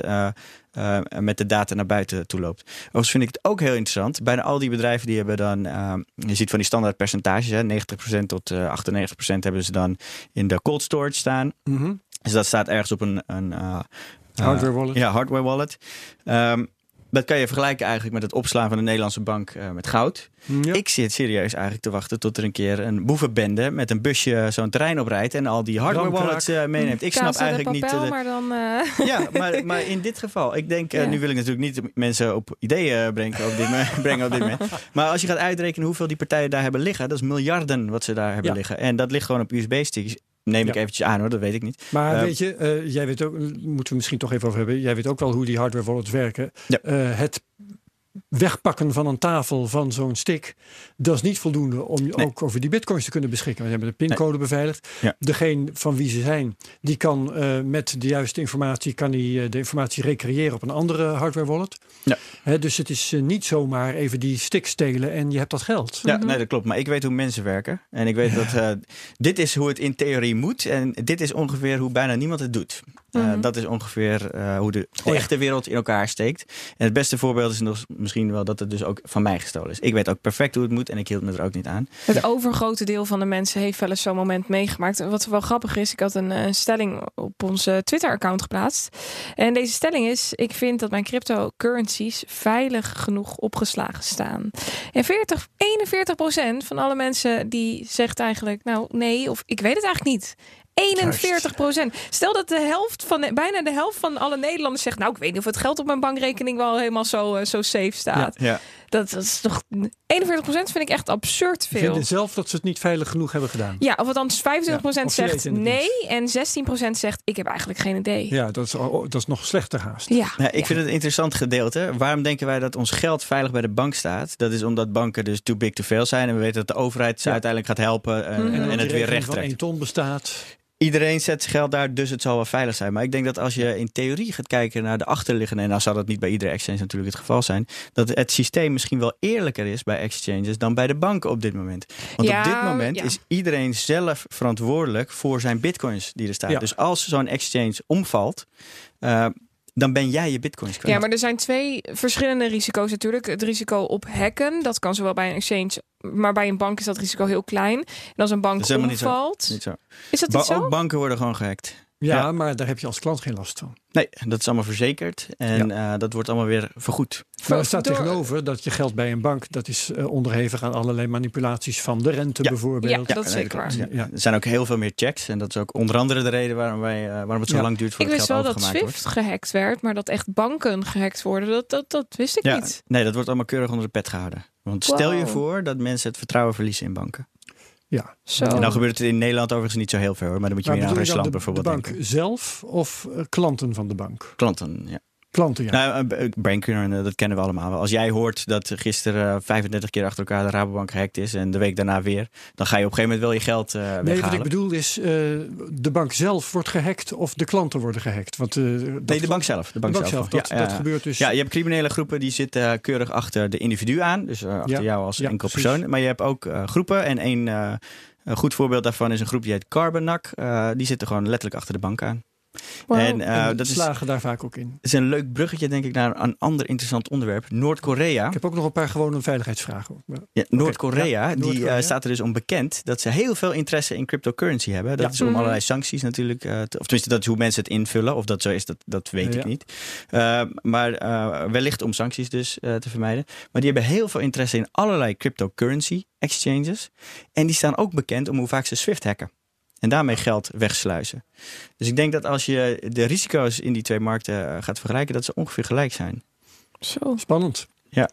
de data naar buiten toe loopt. Overigens vind ik het ook heel interessant. Bijna al die bedrijven die hebben dan, je ziet van die standaard percentages, 90% tot 98% hebben ze dan in de cold storage staan. Dus dat staat ergens op een hardware wallet. Ja, hardware wallet. Dat kan je vergelijken eigenlijk met het opslaan van de Nederlandse bank met goud. Ja. Ik zit serieus eigenlijk te wachten tot er een keer een boevenbende met een busje zo'n terrein oprijdt en al die hardware wallets meeneemt. Ik snap eigenlijk niet. Maar dan, Ja, maar in dit geval, ik denk, nu wil ik natuurlijk niet mensen op ideeën brengen op dit moment. Maar als je gaat uitrekenen hoeveel die partijen daar hebben liggen, dat is miljarden wat ze daar hebben liggen. En dat ligt gewoon op USB-sticks. Neem ik eventjes aan hoor, dat weet ik niet. Maar weet je, jij weet ook, moeten we misschien toch even over hebben. Jij weet ook wel hoe die hardware wallets werken. Ja. Het wegpakken van een tafel van zo'n stick, dat is niet voldoende om ook over die bitcoins te kunnen beschikken. We hebben de pincode beveiligd. Ja. Degene van wie ze zijn, die kan met de juiste informatie, kan die de informatie recreëren op een andere hardware wallet. Ja. Dus het is niet zomaar even die stick stelen en je hebt dat geld. Ja, nee, dat klopt. Maar ik weet hoe mensen werken. En ik weet dat dit is hoe het in theorie moet. En dit is ongeveer hoe bijna niemand het doet. Dat is ongeveer hoe de echte wereld in elkaar steekt. En het beste voorbeeld is nog misschien wel dat het dus ook van mij gestolen is. Ik weet ook perfect hoe het moet en ik hield me er ook niet aan. Het overgrote deel van de mensen heeft wel eens zo'n moment meegemaakt. Wat wel grappig is, ik had een stelling op onze Twitter-account geplaatst. En deze stelling is: ik vind dat mijn cryptocurrencies veilig genoeg opgeslagen staan. En 41% van alle mensen die zegt eigenlijk, nou nee, of ik weet het eigenlijk niet. 41%. Stel dat bijna de helft van alle Nederlanders zegt, nou ik weet niet of het geld op mijn bankrekening wel helemaal zo safe staat. Ja. Dat is toch 41% vind ik echt absurd veel. Ik vind zelf dat ze het niet veilig genoeg hebben gedaan. Ja, of althans 25% zegt nee en 16% zegt ik heb eigenlijk geen idee. Ja, dat is nog slechter haast. Ja, ik vind het een interessant gedeelte. Waarom denken wij dat ons geld veilig bij de bank staat? Dat is omdat banken dus too big to fail zijn en we weten dat de overheid ze uiteindelijk gaat helpen en het weer recht trekt. 1 ton bestaat. Iedereen zet zijn geld daar, dus het zal wel veilig zijn. Maar ik denk dat als je in theorie gaat kijken naar de achterliggende, en nou zal dat niet bij iedere exchange natuurlijk het geval zijn, dat het systeem misschien wel eerlijker is bij exchanges dan bij de banken op dit moment. Want op dit moment is iedereen zelf verantwoordelijk voor zijn bitcoins die er staan. Ja. Dus als zo'n exchange omvalt, dan ben jij je bitcoins kwijt. Ja, maar er zijn 2 verschillende risico's natuurlijk. Het risico op hacken, dat kan zowel bij een exchange, maar bij een bank is dat risico heel klein. En als een bank omvalt, niet zo. Is dat niet zo? Ook banken worden gewoon gehackt. Ja, maar daar heb je als klant geen last van. Nee, dat is allemaal verzekerd en dat wordt allemaal weer vergoed. Maar er staat tegenover dat je geld bij een bank, dat is onderhevig aan allerlei manipulaties van de rente bijvoorbeeld. Ja, dat is zeker waar. Ja. Er zijn ook heel veel meer checks en dat is ook onder andere de reden waarom het zo lang duurt voor het geld overgemaakt wordt. Ik wist wel dat SWIFT gehackt werd, maar dat echt banken gehackt worden, dat wist ik niet. Nee, dat wordt allemaal keurig onder de pet gehouden. Want stel je voor dat mensen het vertrouwen verliezen in banken. Ja. Zo. En dan gebeurt het in Nederland overigens niet zo heel veel, maar dan moet je meer aan Rusland bijvoorbeeld denken. De bank denken. zelf of klanten van de bank? Klanten, ja. Klanten, ja. Nou, banken, dat kennen we allemaal wel. Als jij hoort dat gisteren 35 keer achter elkaar de Rabobank gehackt is en de week daarna weer, dan ga je op een gegeven moment wel je geld weghalen. Nee, wat ik bedoel is, de bank zelf wordt gehackt of de klanten worden gehackt? Want, de bank zelf. De bank zelf. Dat gebeurt dus. Ja, je hebt criminele groepen die zitten keurig achter de individu aan. Dus achter jou als enkel persoon. Maar je hebt ook groepen en een goed voorbeeld daarvan is een groep die heet Carbonac. Die zitten gewoon letterlijk achter de bank aan. Wow. En dat slagen daar vaak ook in. Het is een leuk bruggetje, denk ik, naar een ander interessant onderwerp. Noord-Korea. Ik heb ook nog een paar gewone veiligheidsvragen. Ja, Noord-Korea, die staat er dus om bekend dat ze heel veel interesse in cryptocurrency hebben. Dat is om allerlei sancties natuurlijk. Of tenminste, dat is hoe mensen het invullen. Of dat zo is, dat weet ik niet. Maar wellicht om sancties dus te vermijden. Maar die hebben heel veel interesse in allerlei cryptocurrency exchanges. En die staan ook bekend om hoe vaak ze Swift hacken. En daarmee geld wegsluizen. Dus ik denk dat als je de risico's in die 2 markten gaat vergelijken, dat ze ongeveer gelijk zijn. Zo. Spannend. Ja.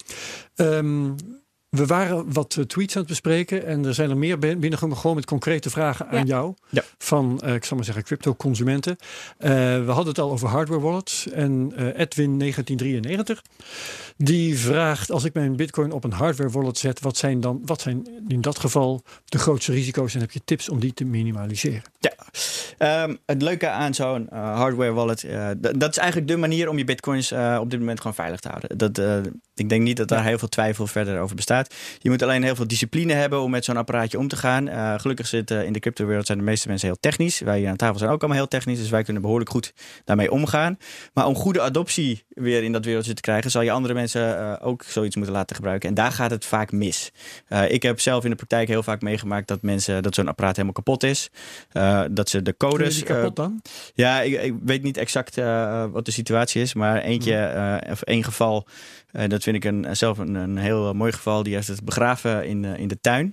We waren wat tweets aan het bespreken en er zijn er meer binnengekomen, gewoon met concrete vragen aan jou. Ja. Van, ik zal maar zeggen, crypto-consumenten. We hadden het al over hardware wallets en Edwin 1993, die vraagt, als ik mijn bitcoin op een hardware wallet zet, wat zijn in dat geval de grootste risico's en heb je tips om die te minimaliseren? Ja, het leuke aan zo'n hardware wallet, dat is eigenlijk de manier om je bitcoins op dit moment gewoon veilig te houden. Ik denk niet dat daar heel veel twijfel verder over bestaat. Je moet alleen heel veel discipline hebben om met zo'n apparaatje om te gaan. Gelukkig in de cryptowereld zijn de meeste mensen heel technisch. Wij hier aan tafel zijn ook allemaal heel technisch, dus wij kunnen behoorlijk goed daarmee omgaan. Maar om goede adoptie weer in dat wereldje te krijgen, zal je andere mensen ook zoiets moeten laten gebruiken. En daar gaat het vaak mis. Ik heb zelf in de praktijk heel vaak meegemaakt dat zo'n apparaat helemaal kapot is. Dat ze de codes... Is die kapot dan? Ja, ik weet niet exact wat de situatie is, maar één geval, dat vind ik zelf een heel mooi geval. Die heeft het begraven in de tuin.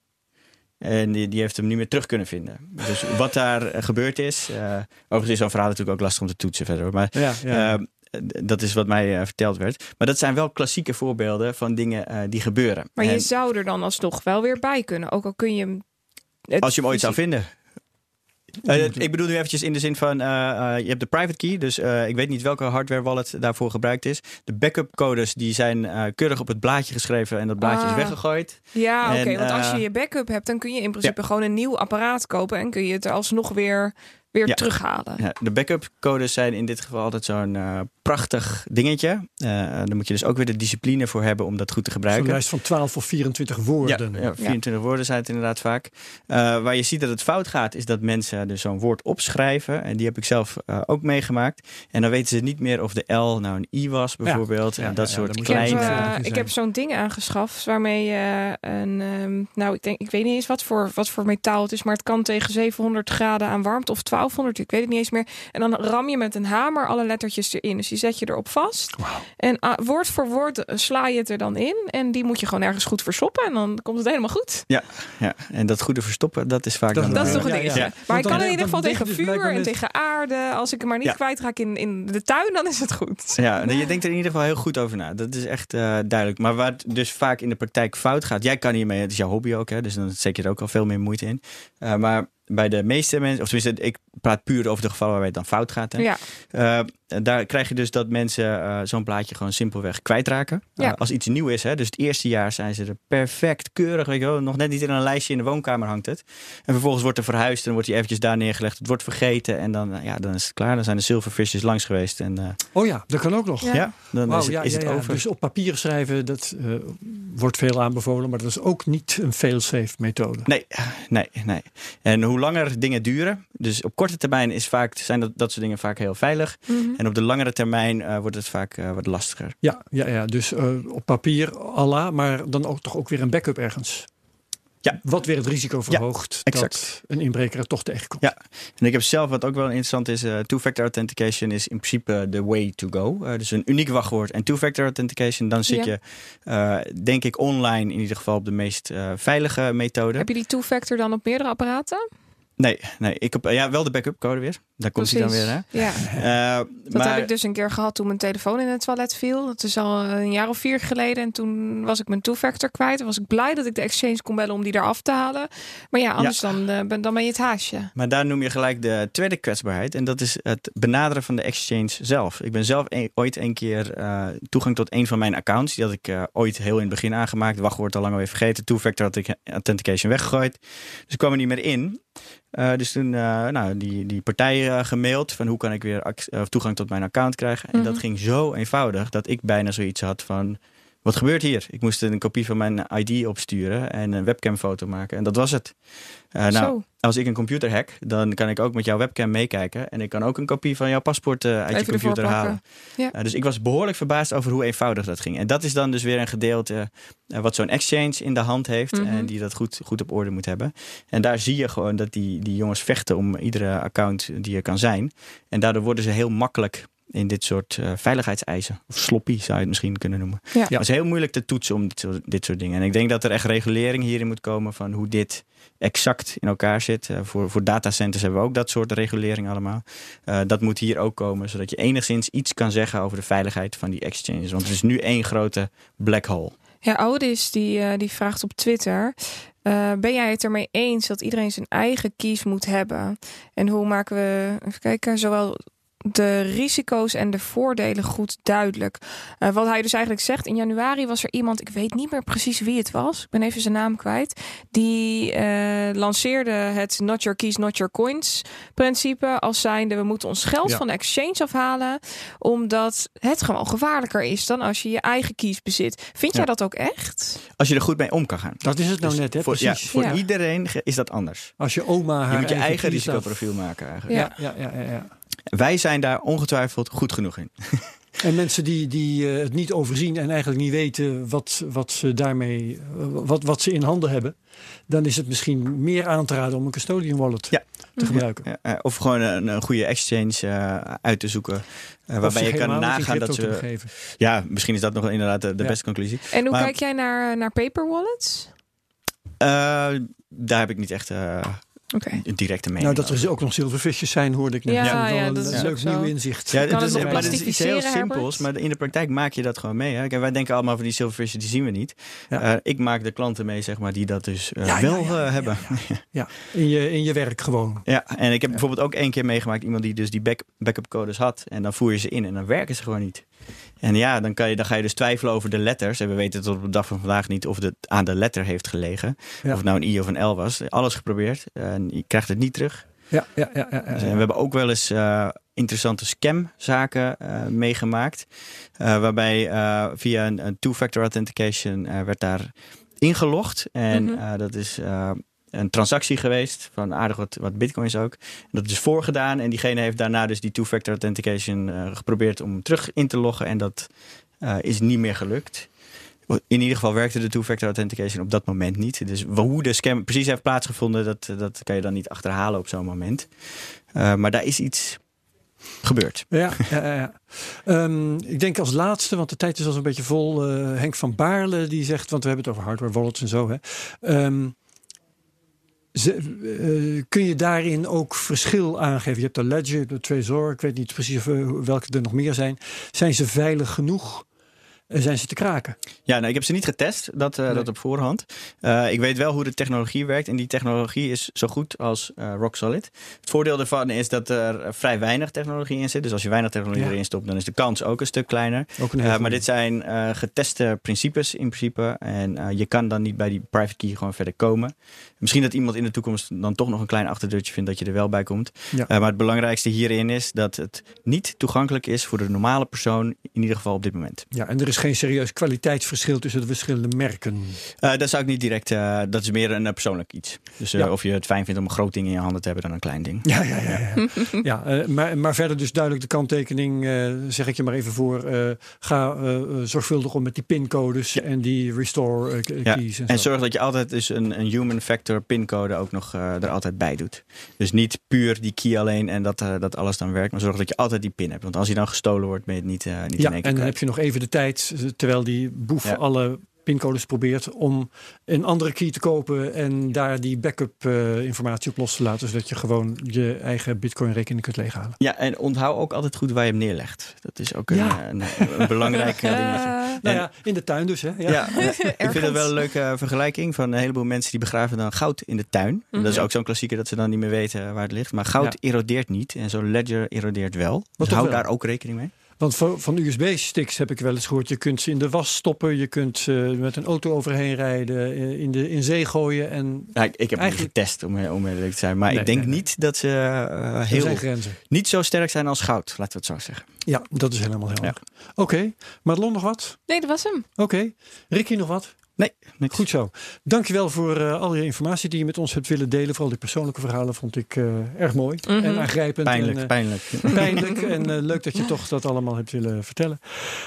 En die heeft hem niet meer terug kunnen vinden. Dus wat daar gebeurd is... overigens is zo'n verhaal natuurlijk ook lastig om te toetsen verder. Maar dat is wat mij verteld werd. Maar dat zijn wel klassieke voorbeelden van dingen die gebeuren. Maar je zou er dan alsnog wel weer bij kunnen. Ook al kun je hem... Als je hem ooit zou vinden. Ik bedoel nu eventjes in de zin van, je hebt de private key, dus ik weet niet welke hardware wallet daarvoor gebruikt is. De backup codes die zijn keurig op het blaadje geschreven en dat blaadje is weggegooid. Ja, oké, want als je je backup hebt, dan kun je in principe gewoon een nieuw apparaat kopen en kun je het er alsnog weer weer terughalen. Ja, de backup codes zijn in dit geval altijd zo'n prachtig dingetje. Daar moet je dus ook weer de discipline voor hebben om dat goed te gebruiken. Zo'n lijst van 12 of 24 woorden. Ja, 24 woorden zijn het inderdaad vaak. Waar je ziet dat het fout gaat, is dat mensen dus zo'n woord opschrijven. En die heb ik zelf ook meegemaakt. En dan weten ze niet meer of de L nou een I was bijvoorbeeld. En dat soort kleine... Ik heb zo'n ding aangeschaft waarmee je ik weet niet eens wat voor metaal het is, maar het kan tegen 700 graden aan warmte of 1200, ik weet het niet eens meer. En dan ram je met een hamer alle lettertjes erin. Dus die zet je erop vast. Wow. En woord voor woord sla je het er dan in. En die moet je gewoon ergens goed verstoppen. En dan komt het helemaal goed. Ja. En dat goede verstoppen, dat is vaak... Dat is toch een dingetje. Ja. Maar ik kan in ieder geval tegen dus vuur en tegen aarde. Als ik hem maar niet kwijtraak in de tuin, dan is het goed. Ja, je denkt er in ieder geval heel goed over na. Dat is echt duidelijk. Maar waar het dus vaak in de praktijk fout gaat... Jij kan hiermee, het is jouw hobby ook, hè, dus dan steek je er ook al veel meer moeite in. Maar bij de meeste mensen, of tenminste, ik praat puur over de gevallen waarbij het dan fout gaat. Hè. Ja. Daar krijg je dus dat mensen zo'n plaatje gewoon simpelweg kwijtraken. Ja. Als iets nieuw is, hè, dus het eerste jaar zijn ze er perfect, keurig, weet je wel, nog net niet in een lijstje in de woonkamer hangt het. En vervolgens wordt er verhuisd en dan wordt hij eventjes daar neergelegd. Het wordt vergeten en dan is het klaar. Dan zijn de silverfishes langs geweest. En, oh ja, dat kan ook nog. Ja, dan is het over. Dus op papier schrijven, dat wordt veel aanbevolen, maar dat is ook niet een fail-safe methode. Nee. En hoe langer dingen duren, dus op korte termijn zijn dat soort dingen vaak heel veilig. Mm-hmm. En op de langere termijn wordt het vaak wat lastiger. Ja. Dus op papier Allah, maar dan ook toch ook weer een backup ergens. Ja. Wat weer het risico verhoogt dat een inbreker er toch tegen komt. Ja, en ik heb zelf, wat ook wel interessant is, two-factor authentication is in principe the way to go. Dus een uniek wachtwoord en two-factor authentication. Dan zit je, denk ik, online in ieder geval op de meest veilige methode. Heb je die two-factor dan op meerdere apparaten? Nee. Ik heb wel de backup code weer. Daar komt hij dan weer. Hè? Ja. Dat heb ik dus een keer gehad toen mijn telefoon in het toilet viel. Dat is al een jaar of 4 geleden. En toen was ik mijn two-factor kwijt. En was ik blij dat ik de Exchange kon bellen om die eraf te halen. Maar anders dan ben je het haasje. Maar daar noem je gelijk de tweede kwetsbaarheid. En dat is het benaderen van de Exchange zelf. Ik ben zelf ooit een keer toegang tot een van mijn accounts. Die had ik ooit heel in het begin aangemaakt. Wachtwoord al lang alweer vergeten. Two-factor authentication weggegooid. Dus ik kwam er niet meer in. Dus toen die partij gemaild van hoe kan ik weer toegang tot mijn account krijgen. En dat ging zo eenvoudig dat ik bijna zoiets had van... Wat gebeurt hier? Ik moest een kopie van mijn ID opsturen en een webcamfoto maken. En dat was het. Als ik een computer hack, dan kan ik ook met jouw webcam meekijken. En ik kan ook een kopie van jouw paspoort uit je computer halen. Ja. Dus ik was behoorlijk verbaasd over hoe eenvoudig dat ging. En dat is dan dus weer een gedeelte wat zo'n Exchange in de hand heeft. Mm-hmm. En die dat goed op orde moet hebben. En daar zie je gewoon dat die jongens vechten om iedere account die er kan zijn. En daardoor worden ze heel makkelijk... in dit soort veiligheidseisen. Of sloppy zou je het misschien kunnen noemen. Ja. Het is heel moeilijk te toetsen om dit soort dingen. En ik denk dat er echt regulering hierin moet komen... van hoe dit exact in elkaar zit. Voor datacenters hebben we ook dat soort regulering allemaal. Dat moet hier ook komen... zodat je enigszins iets kan zeggen over de veiligheid van die exchanges. Want het is nu één grote black hole. Ja, Audis die vraagt op Twitter... ben jij het ermee eens dat iedereen zijn eigen keys moet hebben? En hoe maken we... Even kijken, zowel... de risico's en de voordelen goed duidelijk. Wat hij dus eigenlijk zegt, in januari was er iemand, ik weet niet meer precies wie het was, ik ben even zijn naam kwijt, die lanceerde het not your keys, not your coins principe als zijnde, we moeten ons geld van de exchange afhalen, omdat het gewoon gevaarlijker is dan als je je eigen keys bezit. Vind jij dat ook echt? Als je er goed mee om kan gaan. Dat is het nou net, hè? Precies. Voor iedereen is dat anders. Als je oma haar je moet je eigen risicoprofiel maken eigenlijk. Ja. Wij zijn daar ongetwijfeld goed genoeg in. En mensen die het niet overzien en eigenlijk niet weten wat ze daarmee, wat ze in handen hebben, dan is het misschien meer aan te raden om een custodian wallet te gebruiken. Ja, of gewoon een goede exchange uit te zoeken. Waarbij je kan nagaan dat ze... Ja, misschien is dat nog inderdaad de beste conclusie. En hoe kijk jij naar paper wallets? Daar heb ik niet echt... een directe mening. Nou, dat er dus ook nog zilvervisjes zijn, hoorde ik net. Dat is een leuk nieuw inzicht. Ja, het is iets heel simpels, maar in de praktijk maak je dat gewoon mee. Hè? Kijk, wij denken allemaal van die zilvervisjes, die zien we niet. Ja. Ik maak de klanten mee, zeg maar, die dat dus hebben. Ja, in je werk gewoon. Ja, en ik heb bijvoorbeeld ook 1 keer meegemaakt iemand die dus die backup codes had. En dan voer je ze in en dan werken ze gewoon niet. En dan ga je dus twijfelen over de letters. En we weten tot op de dag van vandaag niet of het aan de letter heeft gelegen. Ja. Of het nou een I of een L was. Alles geprobeerd. En je krijgt het niet terug. Ja. En we hebben ook wel eens interessante scamzaken meegemaakt. Waarbij via een two-factor authentication werd daar ingelogd. En dat is een transactie geweest van aardig wat bitcoins ook. En dat is voorgedaan en diegene heeft daarna dus die two-factor authentication geprobeerd om terug in te loggen. En dat is niet meer gelukt. In ieder geval werkte de two-factor authentication op dat moment niet. Dus hoe de scam precies heeft plaatsgevonden, dat kan je dan niet achterhalen op zo'n moment. Maar daar is iets gebeurd. Ja. Ik denk als laatste, want de tijd is al een beetje vol. Henk van Baarle die zegt, want we hebben het over hardware wallets en zo. Hè. Kun je daarin ook verschil aangeven? Je hebt de Ledger, je hebt de Trezor. Ik weet niet precies welke er nog meer zijn. Zijn ze veilig genoeg? Zijn ze te kraken? Ja, ik heb ze niet getest, dat op voorhand. Ik weet wel hoe de technologie werkt. En die technologie is zo goed als rock solid. Het voordeel daarvan is dat er vrij weinig technologie in zit. Dus als je weinig technologie erin stopt, dan is de kans ook een stuk kleiner. Maar dit zijn geteste principes in principe. En je kan dan niet bij die private key gewoon verder komen. Misschien dat iemand in de toekomst dan toch nog een klein achterdeurtje vindt dat je er wel bij komt. Ja. Maar het belangrijkste hierin is dat het niet toegankelijk is voor de normale persoon. In ieder geval op dit moment. Ja, en er is geen serieus kwaliteitsverschil tussen de verschillende merken. Dat zou ik niet direct. Dat is meer een persoonlijk iets. Dus of je het fijn vindt om een groot ding in je handen te hebben dan een klein ding. Ja. Maar verder dus duidelijk de kanttekening. Zeg ik je maar even voor. Ga zorgvuldig om met die pincodes en die restore keys. En zorg dat je altijd dus een human factor pincode ook nog er altijd bij doet. Dus niet puur die key alleen en dat alles dan werkt. Maar zorg dat je altijd die pin hebt. Want als die dan gestolen wordt, ben je het niet in één keer kwijt. En dan heb je nog even de tijd, terwijl die boef alle pincodes probeert om een andere key te kopen en daar die backup informatie op los te laten, zodat je gewoon je eigen Bitcoin rekening kunt leeghalen. Ja, en onthoud ook altijd goed waar je hem neerlegt. Dat is ook een belangrijk dingetje. In de tuin dus. Hè? Ik vind het wel een leuke vergelijking van een heleboel mensen die begraven dan goud in de tuin. Mm-hmm. Dat is ook zo'n klassieker dat ze dan niet meer weten waar het ligt. Maar goud erodeert niet en zo'n ledger erodeert wel. Dus hou daar ook rekening mee. Want van USB-sticks heb ik wel eens gehoord. Je kunt ze in de was stoppen. Je kunt met een auto overheen rijden. In zee gooien. En ik heb het niet getest om eerlijk te zijn. Maar ik denk niet dat ze niet zo sterk zijn als goud. Laten we het zo zeggen. Ja, dat is helemaal helder. Ja. Oké. Madelon nog wat? Nee, dat was hem. Oké. Ricky nog wat? Nee, niks. Goed zo. Dankjewel voor al je informatie die je met ons hebt willen delen. Vooral die persoonlijke verhalen vond ik erg mooi. En aangrijpend. Pijnlijk. En leuk dat je toch dat allemaal hebt willen vertellen.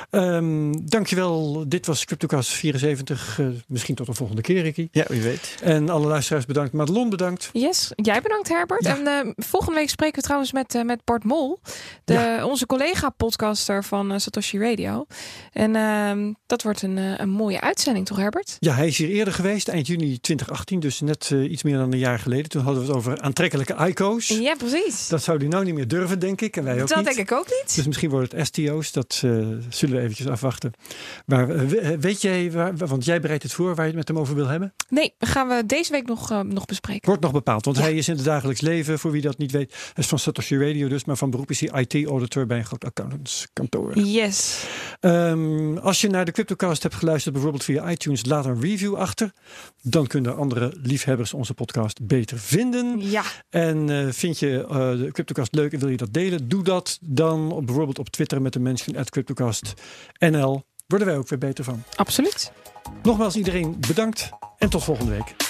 Dankjewel. Dit was CryptoCast 74. Misschien tot de volgende keer, Ricky. Ja, wie weet. En alle luisteraars bedankt. Madelon bedankt. Yes, jij bedankt, Herbert. Ja. En volgende week spreken we trouwens met Bart Mol. Onze collega-podcaster van Satoshi Radio. En dat wordt een mooie uitzending, toch, Herbert? Ja, hij is hier eerder geweest, eind juni 2018, dus net iets meer dan een jaar geleden. Toen hadden we het over aantrekkelijke ICO's. Ja, precies. Dat zou hij nou niet meer durven, denk ik. En wij ook dat niet. Denk ik ook niet. Dus misschien wordt het STO's, dat zullen we eventjes afwachten. Maar weet jij, want jij bereidt het voor, waar je het met hem over wil hebben? Nee, gaan we deze week nog bespreken. Wordt nog bepaald, want hij is in het dagelijks leven, voor wie dat niet weet. Hij is van Satoshi Radio dus, maar van beroep is hij IT-auditor bij een groot accountantskantoor. Yes. Als je naar de CryptoCast hebt geluisterd, bijvoorbeeld via iTunes, laat een review achter. Dan kunnen andere liefhebbers onze podcast beter vinden. Ja. En vind je de CryptoCast leuk en wil je dat delen? Doe dat dan bijvoorbeeld op Twitter met de mention @CryptoCastNL. Worden wij ook weer beter van. Absoluut. Nogmaals iedereen bedankt en tot volgende week.